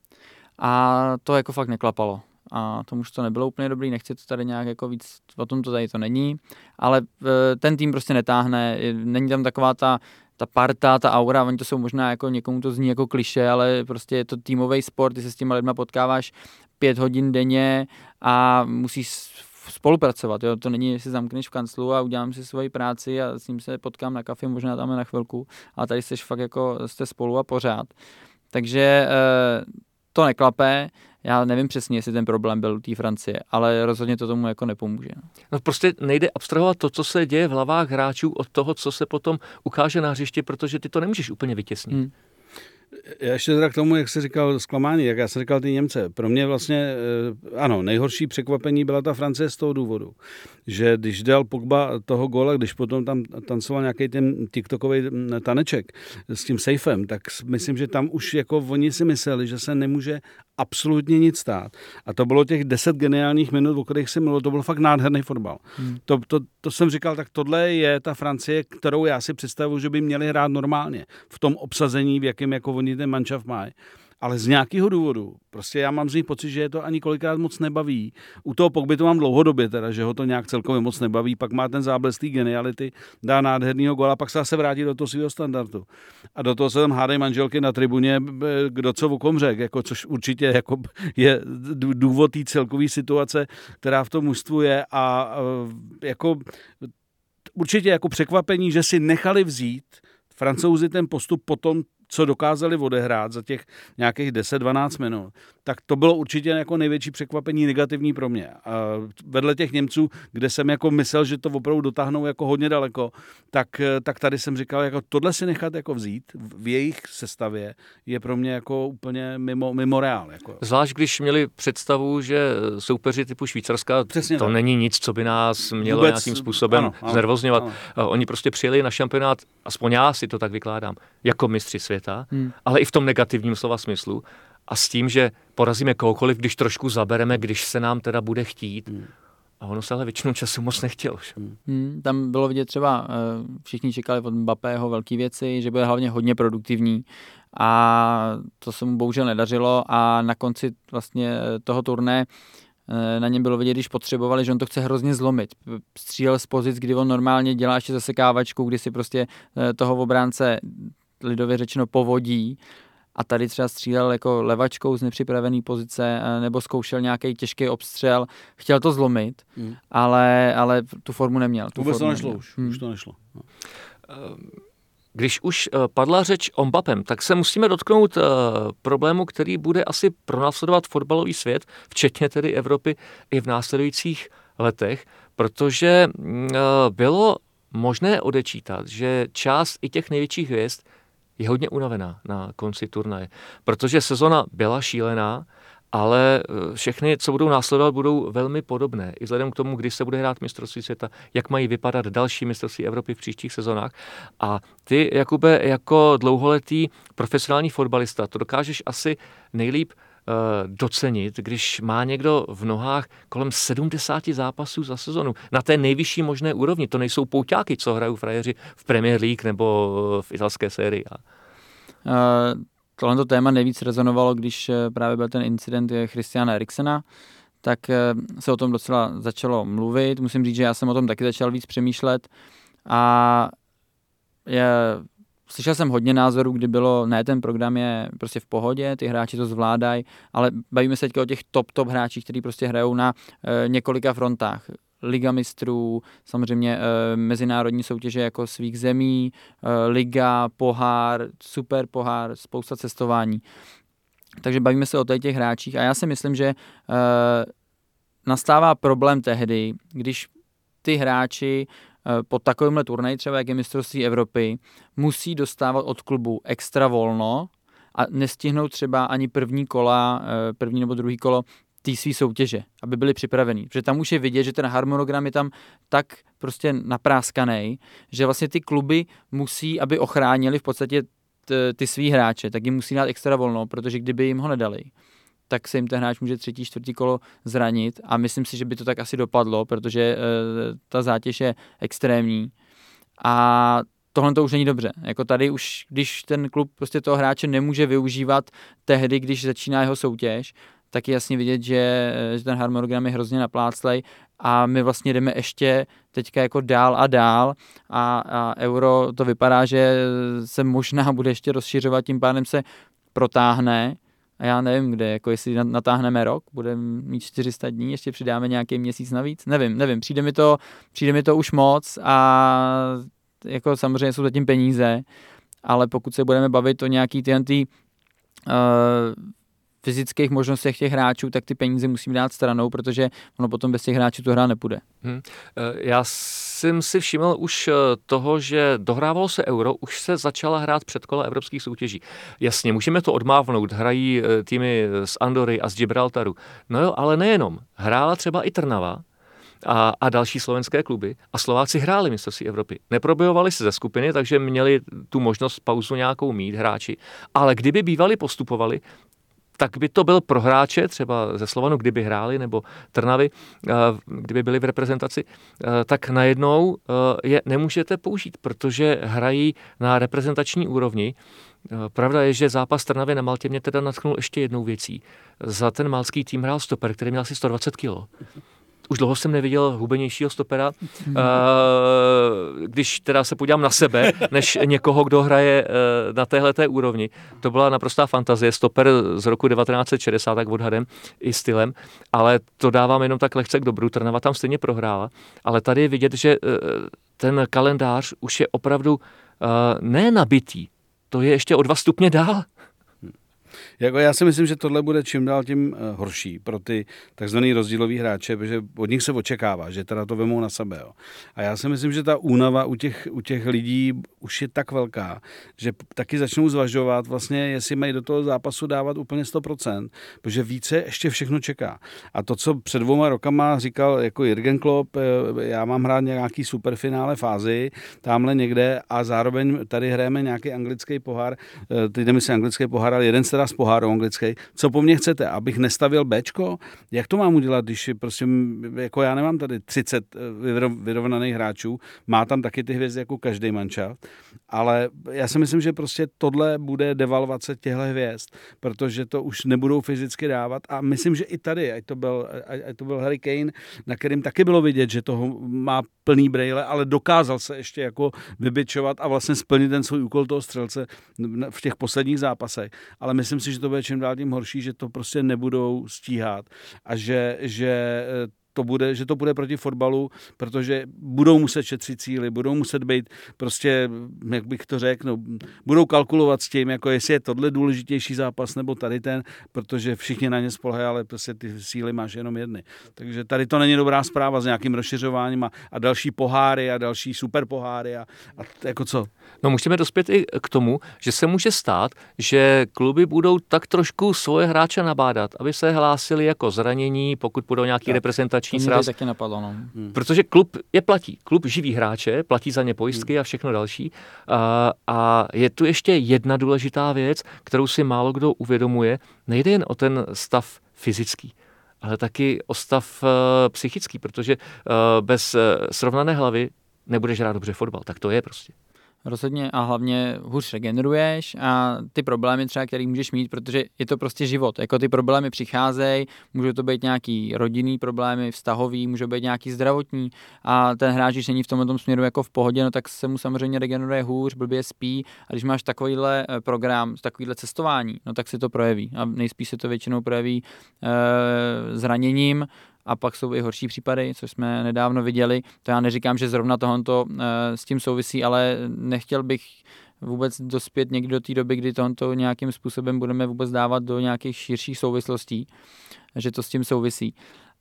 a to jako fakt neklapalo. A tomu už to nebylo úplně dobrý, nechci to tady nějak jako víc, o tom to tady to není, ale uh, ten tým prostě netáhne, není tam taková ta ta parta, ta aura, oni to jsou možná jako, někomu to zní jako klišé, ale prostě je to týmový sport, ty se s těma lidma potkáváš pět hodin denně a musíš spolupracovat, jo? To není, že si zamkneš v kanclu a udělám si svoji práci a s ním se potkám na kafe, možná tam na chvilku, ale tady jsi fakt jako, jste spolu a pořád. Takže to neklape. Já nevím přesně, jestli ten problém byl u té Francie, ale rozhodně to tomu jako nepomůže. No prostě nejde abstrahovat to, co se děje v hlavách hráčů od toho, co se potom ukáže na hřišti, protože ty to nemůžeš úplně vytěsnit. Hmm. Já ještě teda k tomu, jak jsi říkal zklamání, jak já jsem říkal ty Němce. Pro mě vlastně, ano, nejhorší překvapení byla ta Francie z toho důvodu, že když dal Pogba toho góla, když potom tam tancoval nějaký ten tiktokový taneček s tím sejfem, tak myslím, že tam už jako oni si mysleli, že se nemůže absolutně nic stát. A to bylo těch deset geniálních minut, o kterých jsem mluvil, to byl fakt nádherný fotbal. Hmm. To, to, to jsem říkal, tak tohle je ta Francie, kterou já si představuji, že by měli hrát normálně. V tom obsazení, v jakém jako oni ten manšaft mají. Ale z nějakého důvodu, prostě já mám z nich pocit, že je to ani kolikrát moc nebaví. U toho Pogby to mám dlouhodobě teda, že ho to nějak celkově moc nebaví, pak má ten záblesk té geniality, dá nádhernýho góla, pak se zase vrátí do toho svého standardu. A do toho se tam hádají manželky na tribuně, kdo co o kom řek, jako, což určitě jako je důvod té celkové situace, která v tom mužstvu je a jako určitě jako překvapení, že si nechali vzít Francouzi ten postup potom, co dokázali odehrát za těch nějakých deset dvanáct minut, tak to bylo určitě jako největší překvapení negativní pro mě. A vedle těch Němců, kde jsem jako myslel, že to opravdu dotáhnou jako hodně daleko, tak, tak tady jsem říkal, jako tohle si nechat jako vzít v jejich sestavě je pro mě jako úplně mimo, mimo reál. Jako. Zvlášť, když měli představu, že soupeři typu Švýcarska, Přesně to tak. není nic, co by nás mělo Vůbec, nějakým způsobem ano, ano, znervozňovat. Ano. Oni prostě přijeli na šampionát, aspoň já si to tak vykládám, jako mistři světa, hmm. ale i v tom negativním slova smyslu. A s tím, že porazíme kohokoliv, když trošku zabereme, když se nám teda bude chtít. Hmm. A ono se ale většinou času moc nechtělo. Hmm, tam bylo vidět třeba, všichni čekali od Mbappého velké věci, že bude hlavně hodně produktivní a to se mu bohužel nedařilo a na konci vlastně toho turné na něm bylo vidět, když potřebovali, že on to chce hrozně zlomit. Střílel z pozic, kdy on normálně dělá ještě zasekávačku, kdy si prostě toho obránce lidově řečeno povodí a tady třeba střílel jako levačkou z nepřipravené pozice nebo zkoušel nějaký těžký obstřel. Chtěl to zlomit, hmm. ale, ale tu formu neměl. Tu Vůbec formu to nešlo neměl. už. Hmm. Už to nešlo. No. Když už padla řeč o Mbappém, tak se musíme dotknout problému, který bude asi pronásledovat fotbalový svět, včetně tedy Evropy i v následujících letech, protože bylo možné odečítat, že část i těch největších hvězd je hodně unavená na konci turnaje, protože sezona byla šílená, ale všechny, co budou následovat, budou velmi podobné. I vzhledem k tomu, kdy se bude hrát mistrovství světa, jak mají vypadat další mistrovství Evropy v příštích sezonách. A ty, Jakube, jako dlouholetý profesionální fotbalista, to dokážeš asi nejlíp uh, docenit, když má někdo v nohách kolem sedmdesát zápasů za sezonu. Na té nejvyšší možné úrovni. To nejsou pouťáky, co hrají frajeři v Premier League nebo v italské sérii. Uh... Tohle téma nejvíc rezonovalo, když právě byl ten incident Christiana Eriksena, tak se o tom docela začalo mluvit. Musím říct, že já jsem o tom taky začal víc přemýšlet a je, slyšel jsem hodně názorů, kdy bylo, ne, ten program je prostě v pohodě, ty hráči to zvládají, ale bavíme se teďka o těch top, top hráčích, kteří prostě hrajou na e, několika frontách. Liga mistrů, samozřejmě e, mezinárodní soutěže jako svých zemí, e, liga, pohár, super pohár, spousta cestování. Takže bavíme se o těch hráčích a já si myslím, že e, nastává problém tehdy, když ty hráči e, po takovémhle turnaji, třeba jak je mistrovství Evropy, musí dostávat od klubu extra volno a nestihnou třeba ani první kola, e, první nebo druhý kolo té svý soutěže, aby byli připravení. Protože tam už je vidět, že ten harmonogram je tam tak prostě napráskaný, že vlastně ty kluby musí, aby ochránili v podstatě t- ty svý hráče, tak jim musí dát extra volno, protože kdyby jim ho nedali, tak se jim ten hráč může třetí, čtvrtý kolo zranit a myslím si, že by to tak asi dopadlo, protože e, ta zátěž je extrémní a tohle to už není dobře. Jako tady už, když ten klub prostě toho hráče nemůže využívat tehdy, když začíná jeho soutěž, tak je jasně vidět, že, že ten harmonogram je hrozně napláclej a my vlastně jdeme ještě teďka jako dál a dál a, a euro to vypadá, že se možná bude ještě rozšiřovat, tím pádem se protáhne a já nevím kde, jako jestli natáhneme rok, budeme mít čtyři sta dní, ještě přidáme nějaký měsíc navíc, nevím, nevím, přijde mi to, přijde mi to už moc a jako samozřejmě jsou zatím peníze, ale pokud se budeme bavit o nějaký ty anti uh, fyzických možnostech těch hráčů, tak ty peníze musíme dát stranou, protože ono potom bez těch hráčů to hra nepůjde. Hmm. Já jsem si všiml už toho, že dohrávalo se euro, už se začala hrát předkola evropských soutěží. Jasně, můžeme to odmávnout, hrají týmy z Andory a z Gibraltaru. No jo, ale nejenom. Hrála třeba i Trnava a, a další slovenské kluby a Slováci hráli mistrovství Evropy. Neprobojovali se ze skupiny, takže měli tu možnost pauzu nějakou mít hráči. Ale kdyby bývali postupovali, tak by to byl pro hráče, třeba ze Slovanu, kdyby hráli, nebo Trnavy, kdyby byli v reprezentaci, tak najednou je nemůžete použít, protože hrají na reprezentační úrovni. Pravda je, že zápas Trnavy na Maltě mě teda natknul ještě jednou věcí. Za ten maltský tým hrál stoper, který měl asi sto dvacet kilo. Už dlouho jsem neviděl hubenějšího stopera, když teda se podívám na sebe, než někoho, kdo hraje na téhleté úrovni. To byla naprostá fantazie, stoper z roku devatenáct set šedesát, tak odhadem i stylem, ale to dávám jenom tak lehce k dobru. Trnava tam stejně prohrála, ale tady je vidět, že ten kalendář už je opravdu ne nabitý, to je ještě o dva stupně dál. Jako já si myslím, že tohle bude čím dál tím horší pro ty takzvaný rozdílový hráče, protože od nich se očekává, že teda to vemou na sebe. Jo. A já si myslím, že ta únava u těch, u těch lidí už je tak velká, že taky začnou zvažovat vlastně, jestli mají do toho zápasu dávat úplně sto procent, protože více ještě všechno čeká. A to, co před dvouma rokama říkal jako Jürgen Klopp, já mám hrát nějaký superfinále fázi, tamhle někde a zároveň tady hrajeme nějaký anglický pohár, teď nemyslím anglický pohár, ale jeden z poháru anglický. Co po mně chcete? Abych nestavil Bčko? Jak to mám udělat, když prostě, jako já nemám tady třicet vyrovnaných hráčů, má tam taky ty hvězdy jako každý manšaft, ale já si myslím, že prostě tohle bude devalvace těchto hvězd, protože to už nebudou fyzicky dávat a myslím, že i tady, ať to byl, ať to byl Harry Kane, na kterým taky bylo vidět, že toho má plný brejle, ale dokázal se ještě jako vybičovat a vlastně splnit ten svůj úkol toho střelce v těch posledních zápasech. Ale myslím si, že to bude čím dál tím horší, že to prostě nebudou stíhat a že, že to bude, že to bude proti fotbalu, protože budou muset šetřit síly, budou muset být prostě, jak bych to řekl, no, budou kalkulovat s tím, jako jestli je tohle důležitější zápas nebo tady ten, protože všichni na ně spolehají, ale prostě ty síly máš jenom jedny. Takže tady to není dobrá zpráva s nějakým rozšiřováním a, a další poháry a další super poháry a, a jako co? No můžeme dospět i k tomu, že se může stát, že kluby budou tak trošku svoje hráče nabádat, aby se hlásili jako zranění, pokud budou nějaký tak, reprezentační sraz. Taky napadlo, no. hmm. Protože klub je platí. Klub živí hráče, platí za ně pojistky hmm. a všechno další. A, a je tu ještě jedna důležitá věc, kterou si málo kdo uvědomuje. Nejde jen o ten stav fyzický, ale taky o stav uh, psychický, protože uh, bez uh, srovnané hlavy nebudeš hrát dobře fotbal. Tak to je prostě. Rozhodně a hlavně hůř regeneruješ a ty problémy třeba, který můžeš mít, protože je to prostě život. Jako ty problémy přicházejí, můžou to být nějaký rodinný problémy, vztahový, můžou být nějaký zdravotní a ten hráč, když není v tomhle směru jako v pohodě, no tak se mu samozřejmě regeneruje hůř, blbě spí a když máš takovýhle program, takovýhle cestování, no tak se to projeví a nejspíš se to většinou projeví e, zraněním. A pak jsou i horší případy, co jsme nedávno viděli. To já neříkám, že zrovna tohoto e, s tím souvisí, ale nechtěl bych vůbec dospět někdy do té doby, kdy tohoto nějakým způsobem budeme vůbec dávat do nějakých širších souvislostí, že to s tím souvisí.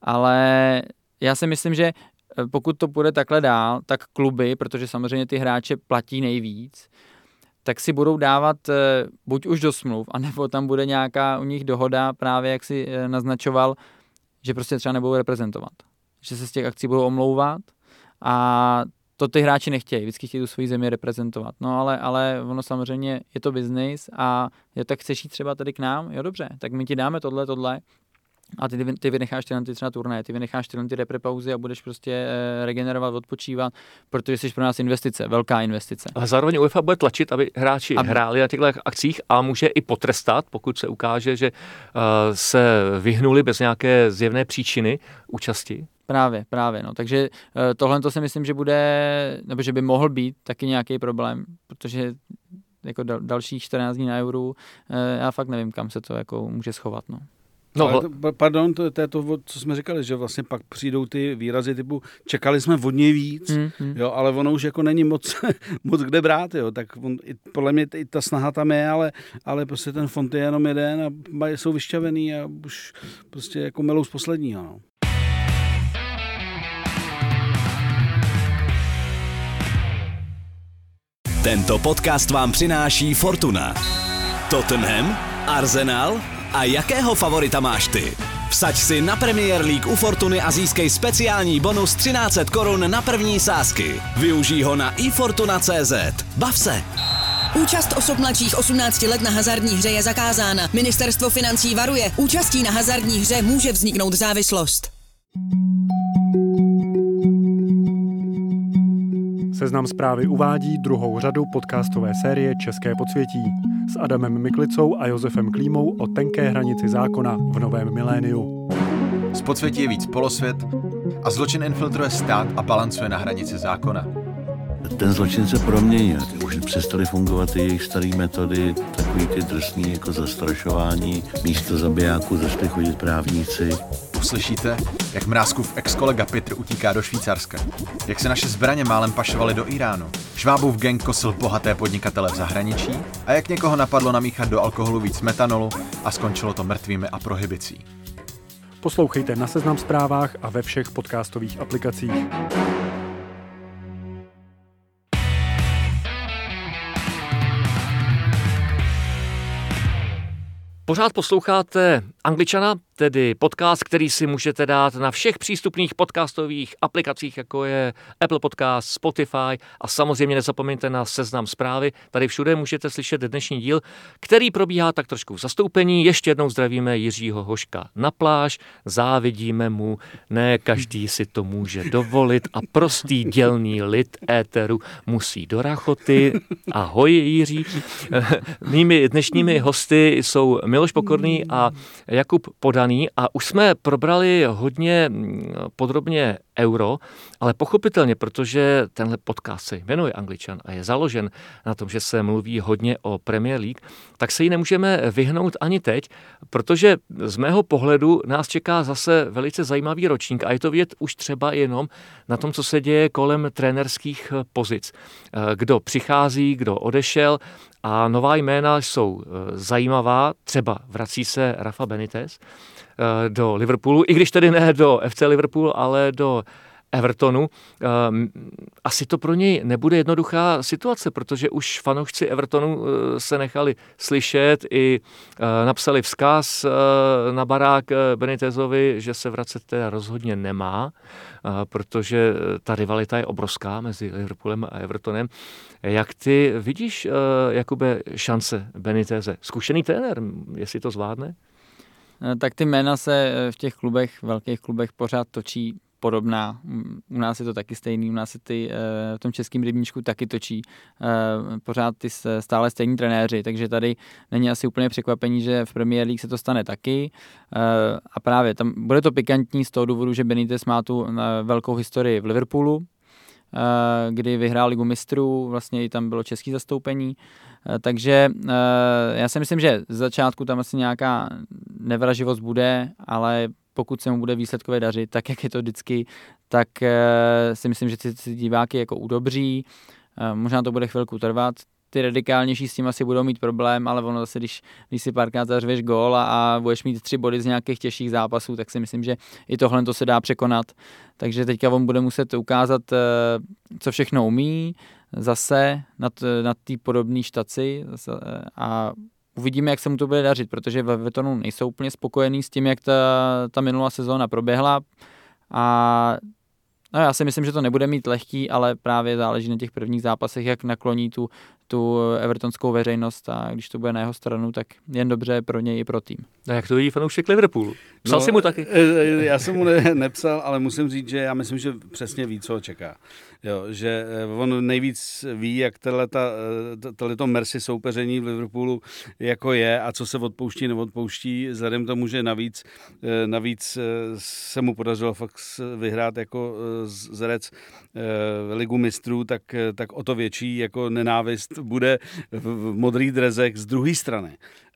Ale já si myslím, že pokud to půjde takhle dál, tak kluby, protože samozřejmě ty hráče platí nejvíc, tak si budou dávat e, buď už do smluv, anebo tam bude nějaká u nich dohoda, právě jak si e, naznačoval, že prostě třeba nebudou reprezentovat. Že se z těch akcí budou omlouvat a to ty hráči nechtějí, vždycky chtějí tu svoji zemi reprezentovat. No ale, ale ono samozřejmě je to biznis a je tak chceš jít třeba tady k nám, jo dobře, tak my ti dáme tohle, tohle a ty, ty vynecháš tyhle ty třeba turné, ty vynecháš tyhle ty reprepauzy a budeš prostě e, regenerovat, odpočívat, protože jsi pro nás investice, velká investice. Ale zároveň UEFA bude tlačit, aby hráči aby... hráli na těchto akcích a může i potrestat, pokud se ukáže, že uh, se vyhnuli bez nějaké zjevné příčiny účasti. Právě, právě, no. Takže tohle to si myslím, že bude, nebo že by mohl být taky nějaký problém, protože jako dal, dalších čtrnáct dní na Euru, já fakt nevím, kam se to jako může schovat, no. No, ale to, pardon, to, to je to, co jsme říkali, že vlastně pak přijdou ty výrazy typu čekali jsme od něj víc, mm, mm. jo, ale ono už jako není moc, moc kde brát, jo, tak on, i, podle mě i ta snaha tam je, ale, ale prostě ten fond je jenom jeden a jsou vyšťavený a už prostě jako melou z posledního, no. Tento podcast vám přináší Fortuna. Tottenham, Arsenal a jakého favorita máš ty? Vsaď si na Premier League u Fortuny a získej speciální bonus třináct set korun na první sázky. Využij ho na i fortuna tečka cé zet. Bav se! Účast osob mladších osmnácti let na hazardní hře je zakázána. Ministerstvo financí varuje. Účastí na hazardní hře může vzniknout závislost. Seznam Zprávy uvádí druhou řadu podcastové série České podsvětí s Adamem Miklicou a Josefem Klímou o tenké hranici zákona v novém miléniu. Z podsvětí je víc polosvět a zločin infiltruje stát a balancuje na hranici zákona. Ten zločin se proměnil. Už přestaly fungovat ty jejich staré metody, takový ty drsný jako zastrašování. Místo zabijáků začali chodit právníci. Uslyšíte, jak Mrázkův ex-kolega Petr utíká do Švýcarska, jak se naše zbraně málem pašovaly do Iránu, Švábův gang kosil bohaté podnikatele v zahraničí a jak někoho napadlo namíchat do alkoholu víc metanolu a skončilo to mrtvými a prohibicí. Poslouchejte na Seznam Zprávách a ve všech podcastových aplikacích. Pořád posloucháte Angličana, tedy podcast, který si můžete dát na všech přístupných podcastových aplikacích, jako je Apple Podcast, Spotify a samozřejmě nezapomeňte na Seznam Zprávy. Tady všude můžete slyšet dnešní díl, který probíhá tak trošku v zastoupení. Ještě jednou zdravíme Jiřího Hoška na pláž, závidíme mu, ne každý si to může dovolit a prostý dělný lid éteru musí do rachoty. Ahoj Jiří. Mými dnešními hosty jsou Miloš Pokorný a Jakub Podaný a už jsme probrali hodně podrobně Euro, ale pochopitelně, protože tenhle podcast se jmenuje Angličan a je založen na tom, že se mluví hodně o Premier League, tak se jí nemůžeme vyhnout ani teď, protože z mého pohledu nás čeká zase velice zajímavý ročník a je to vidět už třeba jenom na tom, co se děje kolem trenérských pozic. Kdo přichází, kdo odešel a nová jména jsou zajímavá, třeba vrací se Rafa Benitez do Liverpoolu, i když tedy ne do F C Liverpool, ale do Evertonu. Asi to pro něj nebude jednoduchá situace, protože už fanoušci Evertonu se nechali slyšet i napsali vzkaz na barák Benitezovi, že se vracet teda rozhodně nemá, protože ta rivalita je obrovská mezi Liverpoolem a Evertonem. Jak ty vidíš, Jakube, šance Beniteze? Zkušený trenér, jestli to zvládne? Tak ty jména se v těch klubech, velkých klubech pořád točí podobná. U nás je to taky stejný, u nás se ty v tom českém rybníčku taky točí pořád ty stále stejní trenéři, takže tady není asi úplně překvapení, že v Premier League se to stane taky a právě tam bude to pikantní z toho důvodu, že Benitez má tu velkou historii v Liverpoolu, kdy vyhrál Ligu mistrů, vlastně i tam bylo české zastoupení, takže já si myslím, že z začátku tam asi nějaká nevraživost bude, ale pokud se mu bude výsledkově dařit, tak jak je to vždycky, tak si myslím, že si diváky jako udobří, možná to bude chvilku trvat, ty radikálnější s tím asi budou mít problém, ale ono zase, když, když si párkrát zařveš gól a, a budeš mít tři body z nějakých těžších zápasů, tak si myslím, že i tohle to se dá překonat. Takže teďka on bude muset ukázat, co všechno umí, zase na, t, na té podobné štaci a uvidíme, jak se mu to bude dařit, protože ve Evertonu nejsou úplně spokojení s tím, jak ta, ta minulá sezóna proběhla a no já si myslím, že to nebude mít lehký, ale právě záleží na těch prvních zápasech, jak nakloní tu, tu evertonskou veřejnost a když to bude na jeho stranu, tak jen dobře pro něj i pro tým. A jak to vidí fanoušek Liverpoolu? Psal no, jsi mu taky? Já jsem mu ne, nepsal, ale musím říct, že já myslím, že přesně ví, co ho čeká. Jo, že on nejvíc ví, jak tohleto Mercy soupeření v Liverpoolu jako je a co se odpouští, neodpouští, vzhledem k tomu, že navíc, navíc se mu podařilo fakt vyhrát jako zrec Ligu mistrů, tak, tak o to větší jako nenávist bude v modrých drezech z druhé strany.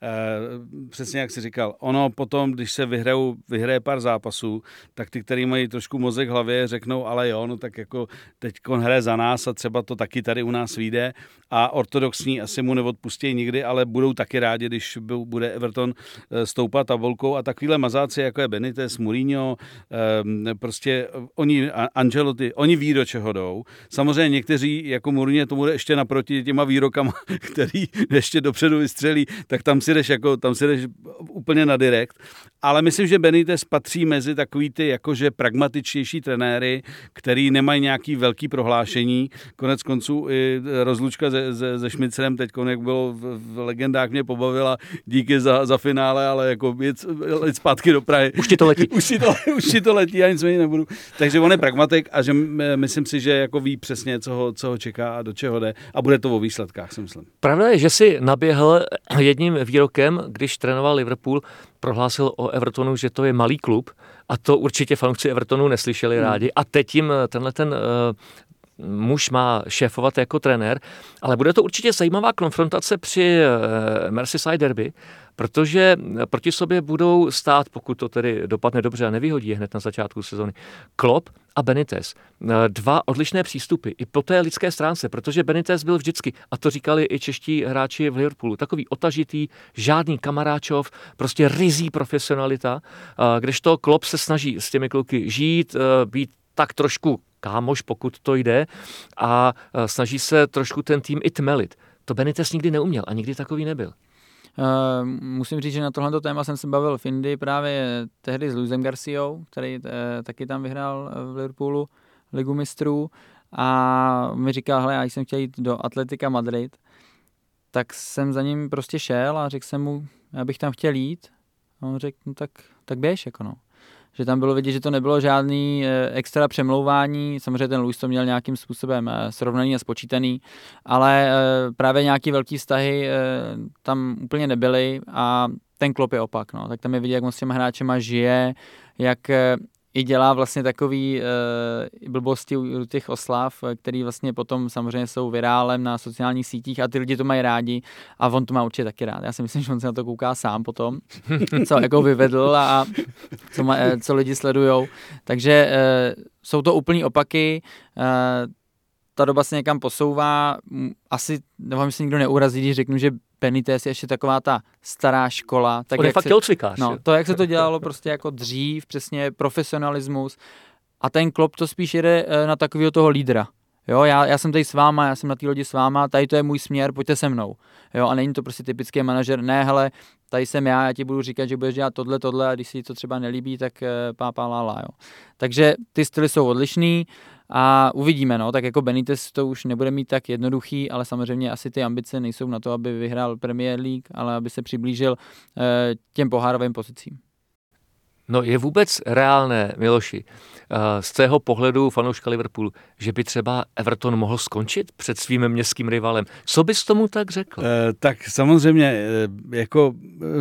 Přesně jak jsi říkal, ono potom, když se vyhrajou, vyhraje pár zápasů, tak ty, který mají trošku mozek v hlavě, řeknou, ale jo, no tak jako teď on hraje za nás a třeba to taky tady u nás vyjde a ortodoxní asi mu neodpustí nikdy, ale budou taky rádi, když bude Everton stoupat tabulkou a takovýhle mazáci, jako je Benitez, Mourinho, prostě oni, Ancelotti, oni ví, do čeho jdou. Samozřejmě někteří, jako Mourinho, tomu bude ještě naproti těma výrokama, který ještě dopředu vystřelí, tak tam si jdeš, jako, tam si jdeš úplně na direkt. Ale myslím, že Benitez patří mezi takový ty jakože pragmatičtější trenéry, který nemají nějaký velký prohlášení. Konec konců i rozlučka se, se, se Šmicerem teď, jak bylo v, v legendách, mě pobavila, díky za, za finále, ale jako jít, jít zpátky do Prahy. Už ti to letí. už, ti to, už ti to letí, já nic méně nebudu. Takže on je pragmatik a že myslím si, že jako ví přesně, co ho, co ho čeká a do čeho jde. A bude to o výsledkách, si myslím. Pravda je, že si naběhl jedním výrokem, když trénoval Liverpool, prohlásil o Evertonu, že to je malý klub a to určitě fanoušci Evertonu neslyšeli hmm. rádi a teď jim tenhle ten uh, muž má šéfovat jako trenér, ale bude to určitě zajímavá konfrontace při uh, Merseyside derby, protože proti sobě budou stát, pokud to tedy dopadne dobře a nevyhodí hned na začátku sezony, Klopp a Benitez. Dva odlišné přístupy i po té lidské stránce, protože Benitez byl vždycky, a to říkali i čeští hráči v Liverpoolu, takový otažitý, žádný kamaráčov, prostě rizí profesionalita, kdežto Klopp se snaží s těmi kluky žít, být tak trošku kámoš, pokud to jde, a snaží se trošku ten tým i tmelit. To Benitez nikdy neuměl a nikdy takový nebyl. Uh, musím říct, že na tohleto téma jsem se bavil v Indii právě tehdy s Luisem Garciou, který uh, taky tam vyhrál v Liverpoolu Ligu mistrů a mi říkal, hele, já jsem chtěl jít do Atletica Madrid, tak jsem za ním prostě šel a řekl jsem mu, já bych tam chtěl jít a on řekl, no tak, tak běž, jako no. Že tam bylo vidět, že to nebylo žádný extra přemlouvání, samozřejmě ten Luis to měl nějakým způsobem srovnaný a spočítaný, ale právě nějaký velký vztahy tam úplně nebyly a ten Klopp je opak, no. Tak tam je vidět, jak on s těma hráčema žije, jak i dělá vlastně takový uh, blbosti u, u těch oslav, který vlastně potom samozřejmě jsou virálem na sociálních sítích a ty lidi to mají rádi a on to má určitě taky rád. Já si myslím, že on se na to kouká sám potom, co jako vyvedl a co, ma, co lidi sledujou. Takže uh, jsou to úplný opaky, uh, ta doba se někam posouvá, asi, nevím, se nikdo neurazí, když řeknu, že Benitez je ještě taková ta stará škola. Tak on je jak fakt tělocvikář. No, to, jak se to dělalo prostě jako dřív, přesně profesionalismus. A ten Klopp to spíš jede na takového toho lídra. Jo, já, já jsem tady s váma, já jsem na té lodi s váma, tady to je můj směr, pojďte se mnou. Jo, a není to prostě typický manažer, ne, hele, tady jsem já, já ti budu říkat, že budeš dělat tohle, tohle a když si to třeba nelíbí, tak pápa lála, jo. Takže ty styly jsou odlišný a uvidíme, no, tak jako Benitez to už nebude mít tak jednoduchý, ale samozřejmě asi ty ambice nejsou na to, aby vyhrál Premier League, ale aby se přiblížil eh, těm pohárovým pozicím. No je vůbec reálné, Miloši, z tvého pohledu fanouška Liverpoolu, že by třeba Everton mohl skončit před svým městským rivalem? Co bys tomu tak řekl? E, tak samozřejmě, jako,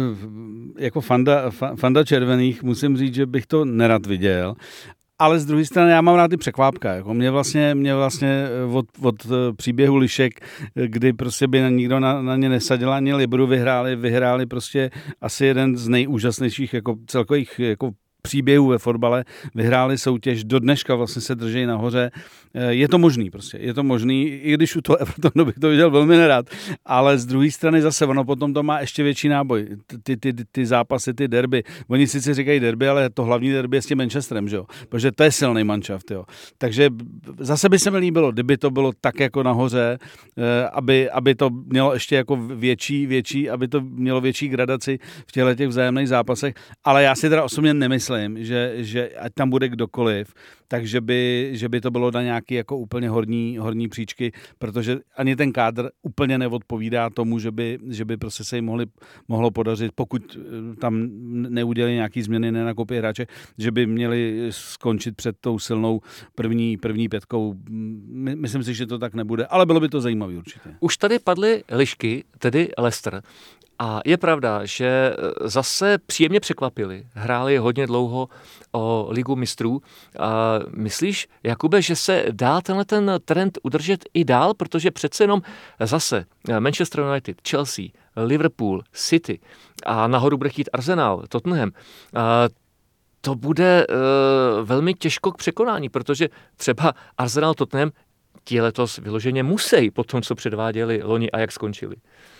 jako fanda, fanda červených musím říct, že bych to nerad viděl. Ale z druhé strany já mám rád ty překvápka. Jako mě vlastně, mě vlastně od, od příběhu lišek, kdy prostě by nikdo na, na ně nesadil ani Libru, vyhráli, vyhráli prostě asi jeden z nejúžasnějších jako celkových jako příběhů ve fotbale, vyhráli soutěž, do dneška vlastně se drží nahoře. Je to možný prostě, je to možný, i když u toho Evertonu bych to viděl velmi nerad, ale z druhé strany zase ono potom to má ještě větší náboj. Ty, ty, ty, ty zápasy, ty derby, oni sice říkají derby, ale to hlavní derby je s tím Manchesterem, že jo? Protože to je silný manšaft, jo. Takže zase by se mi líbilo, kdyby to bylo tak jako nahoře, aby, aby to mělo ještě jako větší, větší, aby to mělo větší gradaci v těchto těch vzájemných zápasech, ale já si teda osobně nemyslím, že, že ať tam bude kdokoliv, takže by, že by to bylo na nějaký jako úplně horní, horní příčky, protože ani ten kádr úplně neodpovídá tomu, že by, že by prostě se jim mohli, mohlo podařit, pokud tam neudělali nějaký změny, nenakoupí hráče, že by měli skončit před tou silnou první, první pětkou. Myslím si, že to tak nebude, ale bylo by to zajímavé určitě. Už tady padly lišky, tedy Leicester. A je pravda, že zase příjemně překvapili. Hráli hodně dlouho o Ligu mistrů. A myslíš, Jakube, že se dá tenhle ten trend udržet i dál? Protože přece jenom zase Manchester United, Chelsea, Liverpool, City a nahoru bude chtít Arsenal, Tottenham. A to bude uh, velmi těžko k překonání, protože třeba Arsenal, Tottenham ti letos vyloženě musí po tom, co předváděli loni a jak skončili.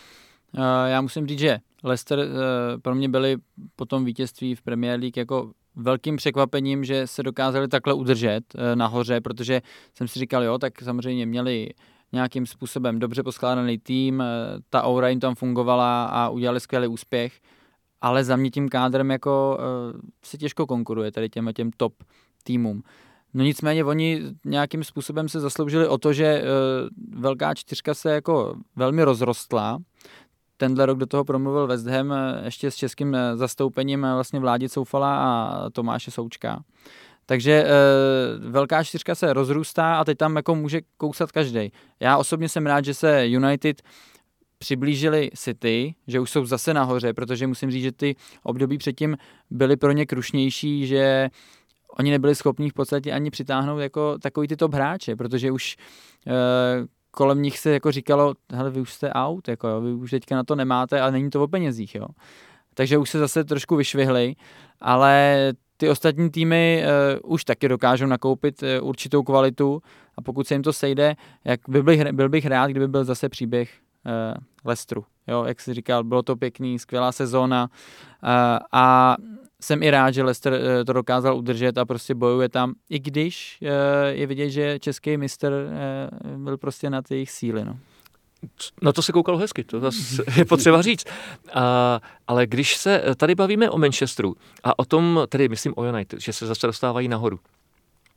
Já musím říct, že Leicester pro mě byli po tom vítězství v Premier League jako velkým překvapením, že se dokázali takhle udržet nahoře, protože jsem si říkal, jo, tak samozřejmě měli nějakým způsobem dobře poskládaný tým, ta aura jim tam fungovala a udělali skvělý úspěch, ale za mě tím kádrem jako se těžko konkuruje tady těm, těm top týmům. No nicméně oni nějakým způsobem se zasloužili o to, že velká čtyřka se jako velmi rozrostla. Tenhle rok do toho promluvil West Ham ještě s českým zastoupením vlastně Vládi Coufala a Tomáše Součka. Takže e, velká čtyřka se rozrůstá a teď tam jako může kousat každý. Já osobně jsem rád, že se United přiblížili City, že už jsou zase nahoře, protože musím říct, že ty období předtím byly pro ně krušnější, že oni nebyli schopni v podstatě ani přitáhnout jako takový ty top hráče, protože už e, kolem nich se jako říkalo, hele, vy už jste out, jako jo, vy už teďka na to nemáte a není to o penězích, jo. Takže už se zase trošku vyšvihli, ale ty ostatní týmy uh, už taky dokážou nakoupit uh, určitou kvalitu a pokud se jim to sejde, jak byl bych, byl bych rád, kdyby byl zase příběh uh, Leicesteru. Jo, jak jsi říkal, bylo to pěkný, skvělá sezóna uh, a jsem i rád, že Leicester uh, to dokázal udržet a prostě bojuje tam, i když uh, je vidět, že český mistr uh, byl prostě na ty jejich síly, no. No to se koukalo hezky, to zase je potřeba říct. A, ale když se tady bavíme o Manchesteru a o tom, tedy myslím o United, že se zase dostávají nahoru,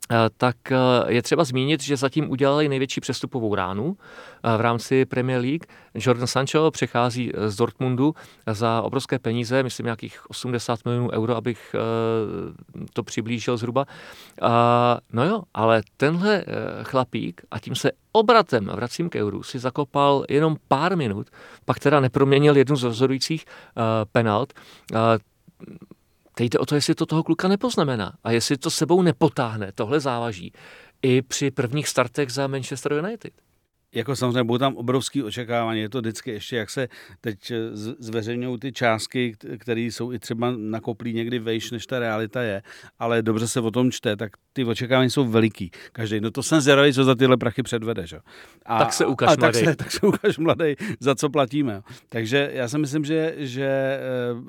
tak je třeba zmínit, že zatím udělali největší přestupovou ránu v rámci Premier League. Jadon Sancho přechází z Dortmundu za obrovské peníze, myslím nějakých osmdesát milionů euro, abych to přiblížil zhruba. No jo, ale tenhle chlapík, a tím se obratem vracím k euru, si zakopal jenom pár minut, pak teda neproměnil jednu z rozhodujících penalt. Teď jde o to, jestli to toho kluka nepoznamená a jestli to sebou nepotáhne, tohle závaží, i při prvních startech za Manchester United. Jako samozřejmě budou tam obrovský očekávání, je to vždycky ještě, jak se teď zveřejňují ty částky, které jsou i třeba nakoplí někdy vejš, než ta realita je, ale dobře se o tom čte, tak ty očekávání jsou veliký. Každý, no to jsem zvědavý, co za tyhle prachy předvede, že? A, tak se ukaž a, mladej. Tak se, tak se ukaž mladej, za co platíme. Takže já si myslím, že, že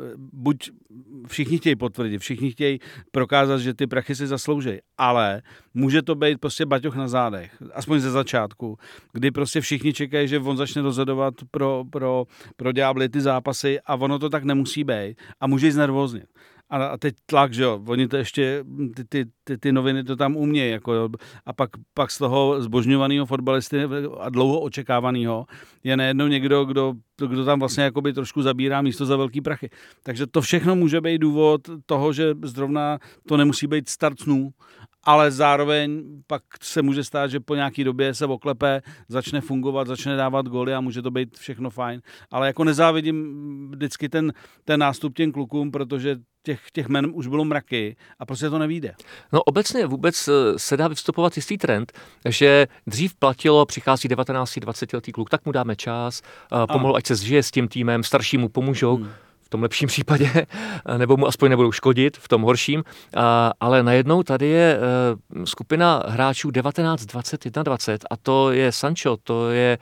buď všichni chtějí potvrdit, všichni chtějí prokázat, že ty prachy si zaslouží, ale může to být prostě baťoch na zádech, aspoň ze začátku, kdy prostě všichni čekají, že on začne rozhodovat pro, pro, pro ďábly ty zápasy a ono to tak nemusí být a může jít znervóznit. A teď tlak, že jo, oni to ještě, ty, ty, ty, ty noviny to tam umějí, jako jo, a pak, pak z toho zbožňovaného fotbalisty a dlouho očekávaného je nejednou někdo, kdo, kdo tam vlastně jakoby trošku zabírá místo za velký prachy. Takže to všechno může být důvod toho, že zrovna to nemusí být start snů, ale zároveň pak se může stát, že po nějaký době se oklepe, začne fungovat, začne dávat góly a může to být všechno fajn. Ale jako nezávidím vždycky ten, ten nástup těm klukům, protože těch, těch men už bylo mraky a prostě to nevyjde. No obecně vůbec se dá vystupovat jistý trend, že dřív platilo, přichází devatenáct dvacet letý kluk, tak mu dáme čas, pomohl, ať se zžije s tím týmem, starší mu pomůžou. Hmm. V tom lepším případě, nebo mu aspoň nebudou škodit, v tom horším. Ale najednou tady je skupina hráčů devatenáct, dvacet, dvacet jedna a to je Sancho, to je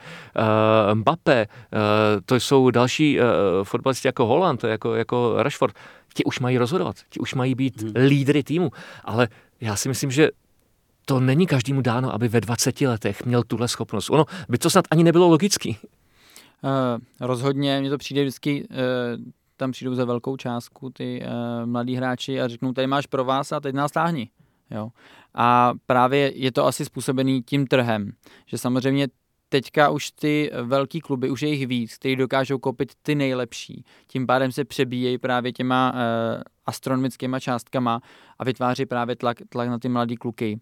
Mbappé, to jsou další fotbalisti jako Haaland, jako, jako Rashford. Ti už mají rozhodovat, ti už mají být hmm. lídry týmu, ale já si myslím, že to není každému dáno, aby ve dvaceti letech měl tuhle schopnost. Ono by to snad ani nebylo logický. Uh, rozhodně, mně to přijde vždycky... Uh... tam přijdou za velkou částku ty uh, mladí hráči a řeknou, tady máš pro vás a teď nás táhni. Jo. A právě je to asi způsobený tím trhem, že samozřejmě teďka už ty velký kluby, už je jich víc, kteří dokážou kopit ty nejlepší. Tím pádem se přebíjejí právě těma uh, astronomickýma částkama a vytváří právě tlak, tlak na ty mladý kluky.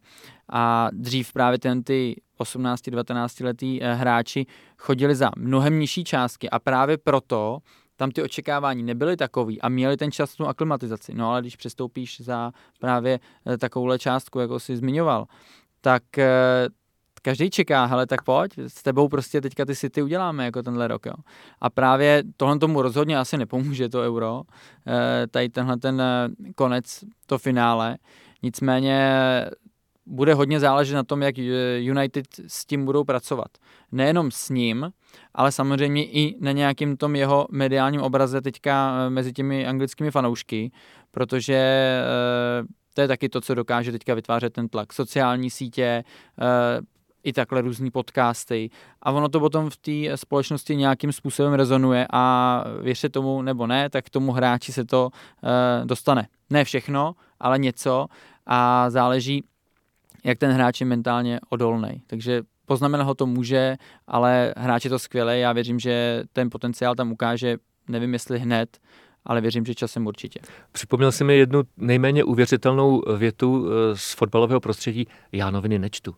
A dřív právě ten ty osmnáct devatenáct letý uh, hráči chodili za mnohem nižší částky a právě proto tam ty očekávání nebyly takový a měli ten čas tu aklimatizaci. No ale když přestoupíš za právě takovouhle částku, jako jsi zmiňoval, tak každý čeká, hele, tak pojď, s tebou prostě teďka ty City uděláme jako tenhle rok. Jo. A právě tohle tomu rozhodně asi nepomůže to euro, tady tenhle ten konec, to finále. Nicméně bude hodně záležet na tom, jak United s tím budou pracovat. Nejenom s ním, ale samozřejmě i na nějakým tom jeho mediálním obraze teďka mezi těmi anglickými fanoušky, protože to je taky to, co dokáže teďka vytvářet ten tlak. Sociální sítě, i takhle různý podcasty a ono to potom v té společnosti nějakým způsobem rezonuje a věřte tomu nebo ne, tak k tomu hráči se to dostane. Ne všechno, ale něco a záleží, jak ten hráč je mentálně odolný. Takže poznamenat ho to může, ale hráč je to skvělý. Já věřím, že ten potenciál tam ukáže, nevím jestli hned, ale věřím, že časem určitě. Připomněl si mi jednu nejméně uvěřitelnou větu z fotbalového prostředí. Já noviny nečtu.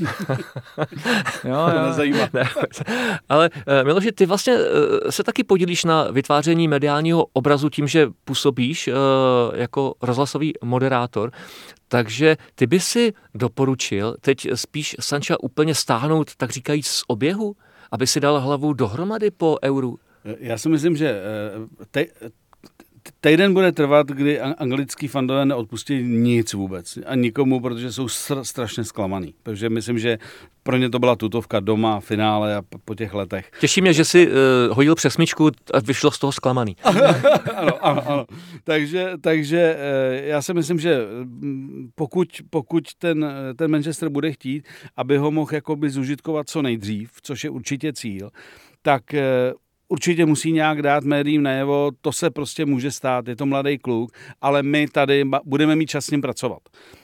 jo, jo. Nezajímá. Ne, ale Miloši, ty vlastně se taky podílíš na vytváření mediálního obrazu tím, že působíš jako rozhlasový moderátor. Takže ty by si doporučil teď spíš Sancha úplně stáhnout, tak říkajíc, z oběhu, aby si dal hlavu dohromady po euru? Já si myslím, že te, týden bude trvat, kdy anglický fandové neodpustí nic vůbec. A nikomu, protože jsou str- strašně zklamaný. Takže myslím, že pro ně to byla tutovka doma, finále a po těch letech. Těší mě, že si uh, hodil přes smyčku a vyšlo z toho zklamaný. ano, ano, ano. Takže, takže uh, já si myslím, že pokud, pokud ten, ten Manchester bude chtít, aby ho mohl jakoby zužitkovat co nejdřív, což je určitě cíl, tak uh, určitě musí nějak dát médiím najevo, to se prostě může stát, je to mladý kluk, ale my tady budeme mít čas s ním pracovat.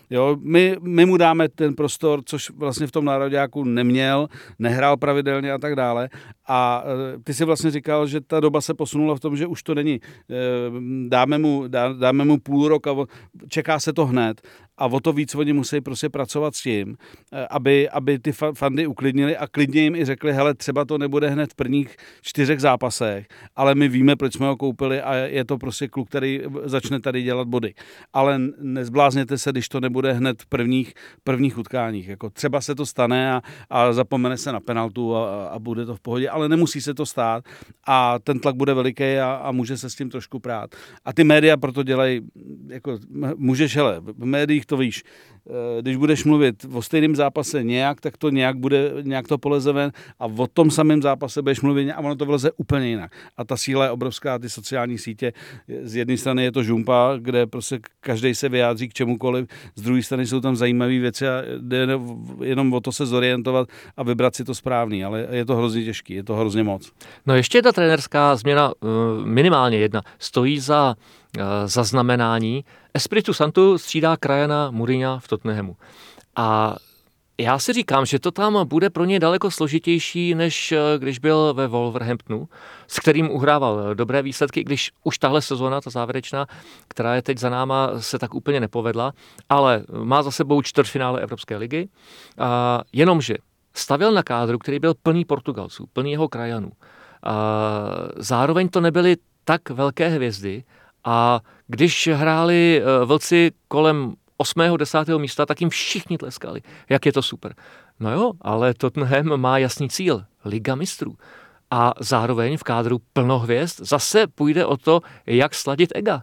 Jo, my, my mu dáme ten prostor, což vlastně v tom nároďáku neměl, nehrál pravidelně a tak dále. A ty si vlastně říkal, že ta doba se posunula v tom, že už to není. Dáme mu, dá, dáme mu půl rok a čeká se to hned. A o to víc oni musí prostě pracovat s tím, aby, aby ty fandy uklidnili a klidně jim i řekli, hele, třeba to nebude hned v prvních čtyřech zápasech, ale my víme, proč jsme ho koupili a je to prostě kluk, který začne tady dělat body. Ale nezblázněte se, když to nebude hned v prvních, prvních utkáních. Jako třeba se to stane a, a zapomene se na penaltu a, a bude to v pohodě, ale nemusí se to stát a ten tlak bude veliký a, a může se s tím trošku prát. A ty média proto dělají, jako můžeš, hele, v médiích to víš, když budeš mluvit o stejném zápase nějak, tak to nějak bude, nějak to poleze ven a o tom samém zápase budeš mluvit a ono to vleze úplně jinak. A ta síla je obrovská, ty sociální sítě, z jedné strany je to žumpa, kde prostě každý se vyjádří k čemukoliv, z druhé strany jsou tam zajímavé věci a jde jenom o to se zorientovat a vybrat si to správný, ale je to hrozně těžký, je to hrozně moc. No ještě ta trenérská změna, minimálně jedna, stojí za zaznamenání. Espiritu Santu střídá Ryana Mourinha v Tottenhamu. A já si říkám, že to tam bude pro ně daleko složitější, než když byl ve Wolverhamptonu, s kterým uhrával dobré výsledky, když už tahle sezona, ta závěrečná, která je teď za náma, se tak úplně nepovedla, ale má za sebou čtvrtfinále Evropské ligy. A jenomže stavěl na kádru, který byl plný Portugalců, plný jeho krajanů. A zároveň to nebyly tak velké hvězdy, a když hráli Vlci kolem osmého desátého místa, tak jim všichni tleskali, jak je to super. No jo, ale Tottenham má jasný cíl, Liga mistrů. A zároveň v kádru plno hvězd zase půjde o to, jak sladit ega.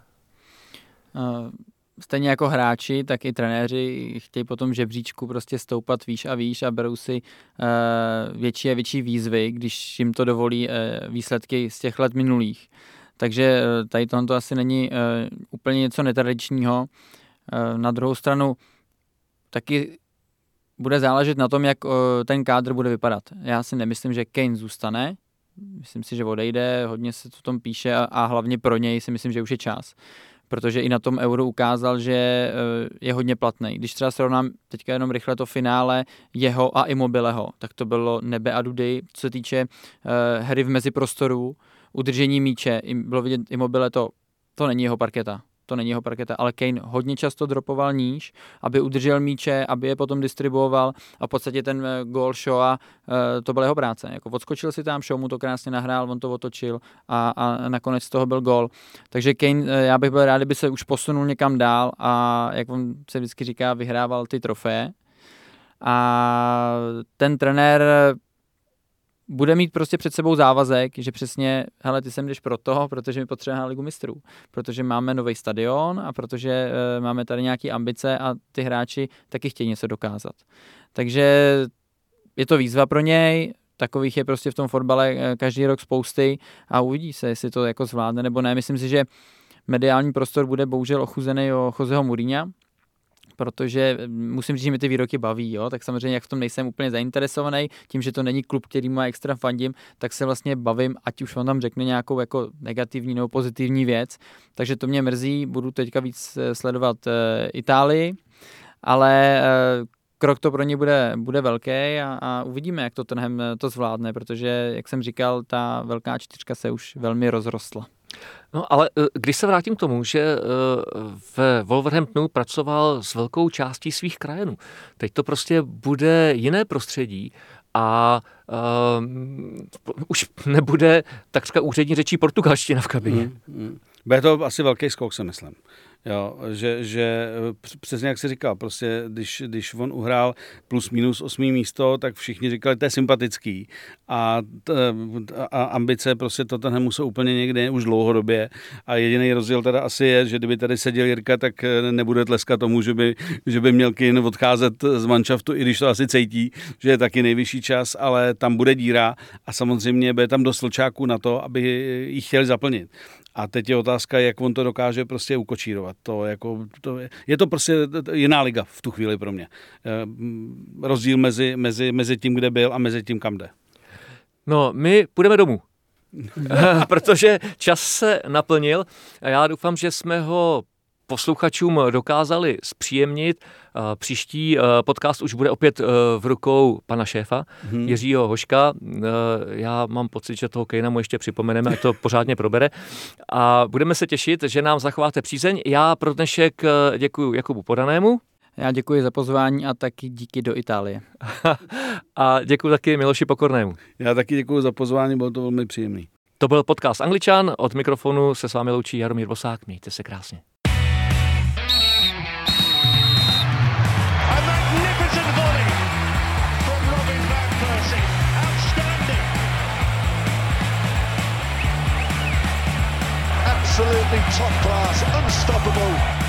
Stejně jako hráči, tak i trenéři chtějí po tom žebříčku prostě stoupat výš a výš a berou si větší a větší výzvy, když jim to dovolí výsledky z těch let minulých. Takže tady tohle asi není uh, úplně něco netradičního. Uh, na druhou stranu taky bude záležet na tom, jak uh, ten kádr bude vypadat. Já si nemyslím, že Kane zůstane. Myslím si, že odejde, hodně se to v tom píše a, a hlavně pro něj si myslím, že už je čas. Protože i na tom Euro ukázal, že uh, je hodně platný. Když třeba srovnám teďka jenom rychle to finále jeho a Immobileho, tak to bylo nebe a dudy, co se týče uh, hry v meziprostoru, udržení míče, bylo vidět Immobile, to, to není jeho parketa, to není jeho parketa, ale Kane hodně často dropoval níž, aby udržel míče, aby je potom distribuoval a v podstatě ten gól Shawa, to byla jeho práce. Jako odskočil si tam, Shaw mu to krásně nahrál, on to otočil a, a nakonec z toho byl gól. Takže Kane, já bych byl rád, kdyby se už posunul někam dál a jak on se vždycky říká, vyhrával ty trofeje. A ten trenér bude mít prostě před sebou závazek, že přesně, hele, ty sem jdeš proto, protože my potřebujeme Ligu mistrů, protože máme nový stadion a protože e, máme tady nějaké ambice a ty hráči taky chtějí něco dokázat. Takže je to výzva pro něj, takových je prostě v tom fotbale každý rok spousty a uvidí se, jestli to jako zvládne nebo ne. Myslím si, že mediální prostor bude bohužel ochuzený o Joseho Mourinha, protože musím říct, že mi ty výroky baví, jo? Tak samozřejmě jak v tom nejsem úplně zainteresovaný, tím, že to není klub, který má extra fandím, tak se vlastně bavím, ať už on tam řekne nějakou jako negativní nebo pozitivní věc, takže to mě mrzí, budu teďka víc sledovat e, Itálii, ale e, krok to pro ně bude, bude velký a, a uvidíme, jak to Tottenham to zvládne, protože, jak jsem říkal, ta velká čtyřka se už velmi rozrostla. No ale když se vrátím k tomu, že v Wolverhamptonu pracoval s velkou částí svých krajanů, teď to prostě bude jiné prostředí a uh, už nebude takřka úřední řečí portugalština v kabině. Hmm, hmm. Bude to asi velký skok, si myslím. Jo, že, že přesně jak jsi říkal, prostě když, když on uhrál plus minus osmý místo, tak všichni říkali, to je sympatický a, a ambice prostě Tottenhamu jsou úplně někde už dlouhodobě a jediný rozdíl teda asi je, že kdyby tady seděl Jirka, tak nebude tleskat tomu, že by, že by měl Kane odcházet z manšaftu, i když to asi cítí, že je taky nejvyšší čas, ale tam bude díra a samozřejmě bude tam dost vlčáků na to, aby ji chtěli zaplnit. A teď je otázka, jak on to dokáže prostě ukočírovat. To jako, to je, je to prostě jiná liga v tu chvíli pro mě. Rozdíl mezi, mezi, mezi tím, kde byl a mezi tím, kam jde. No, my půjdeme domů. Protože čas se naplnil a já doufám, že jsme ho posluchačům dokázali zpříjemnit. Příští podcast už bude opět v rukou pana šéfa, hmm. Jiřího Hoška. Já mám pocit, že toho Kejna mu ještě připomeneme, ať to pořádně probere. A budeme se těšit, že nám zachováte přízeň. Já pro dnešek děkuji Jakubu Podanému. Já děkuji za pozvání a taky díky do Itálie. A děkuji taky Miloši Pokornému. Já taky děkuji za pozvání, bylo to velmi příjemný. To byl podcast Angličan, od mikrofonu se s vámi loučí Jaromír Bosák, mějte se krásně. Absolutely top class, unstoppable.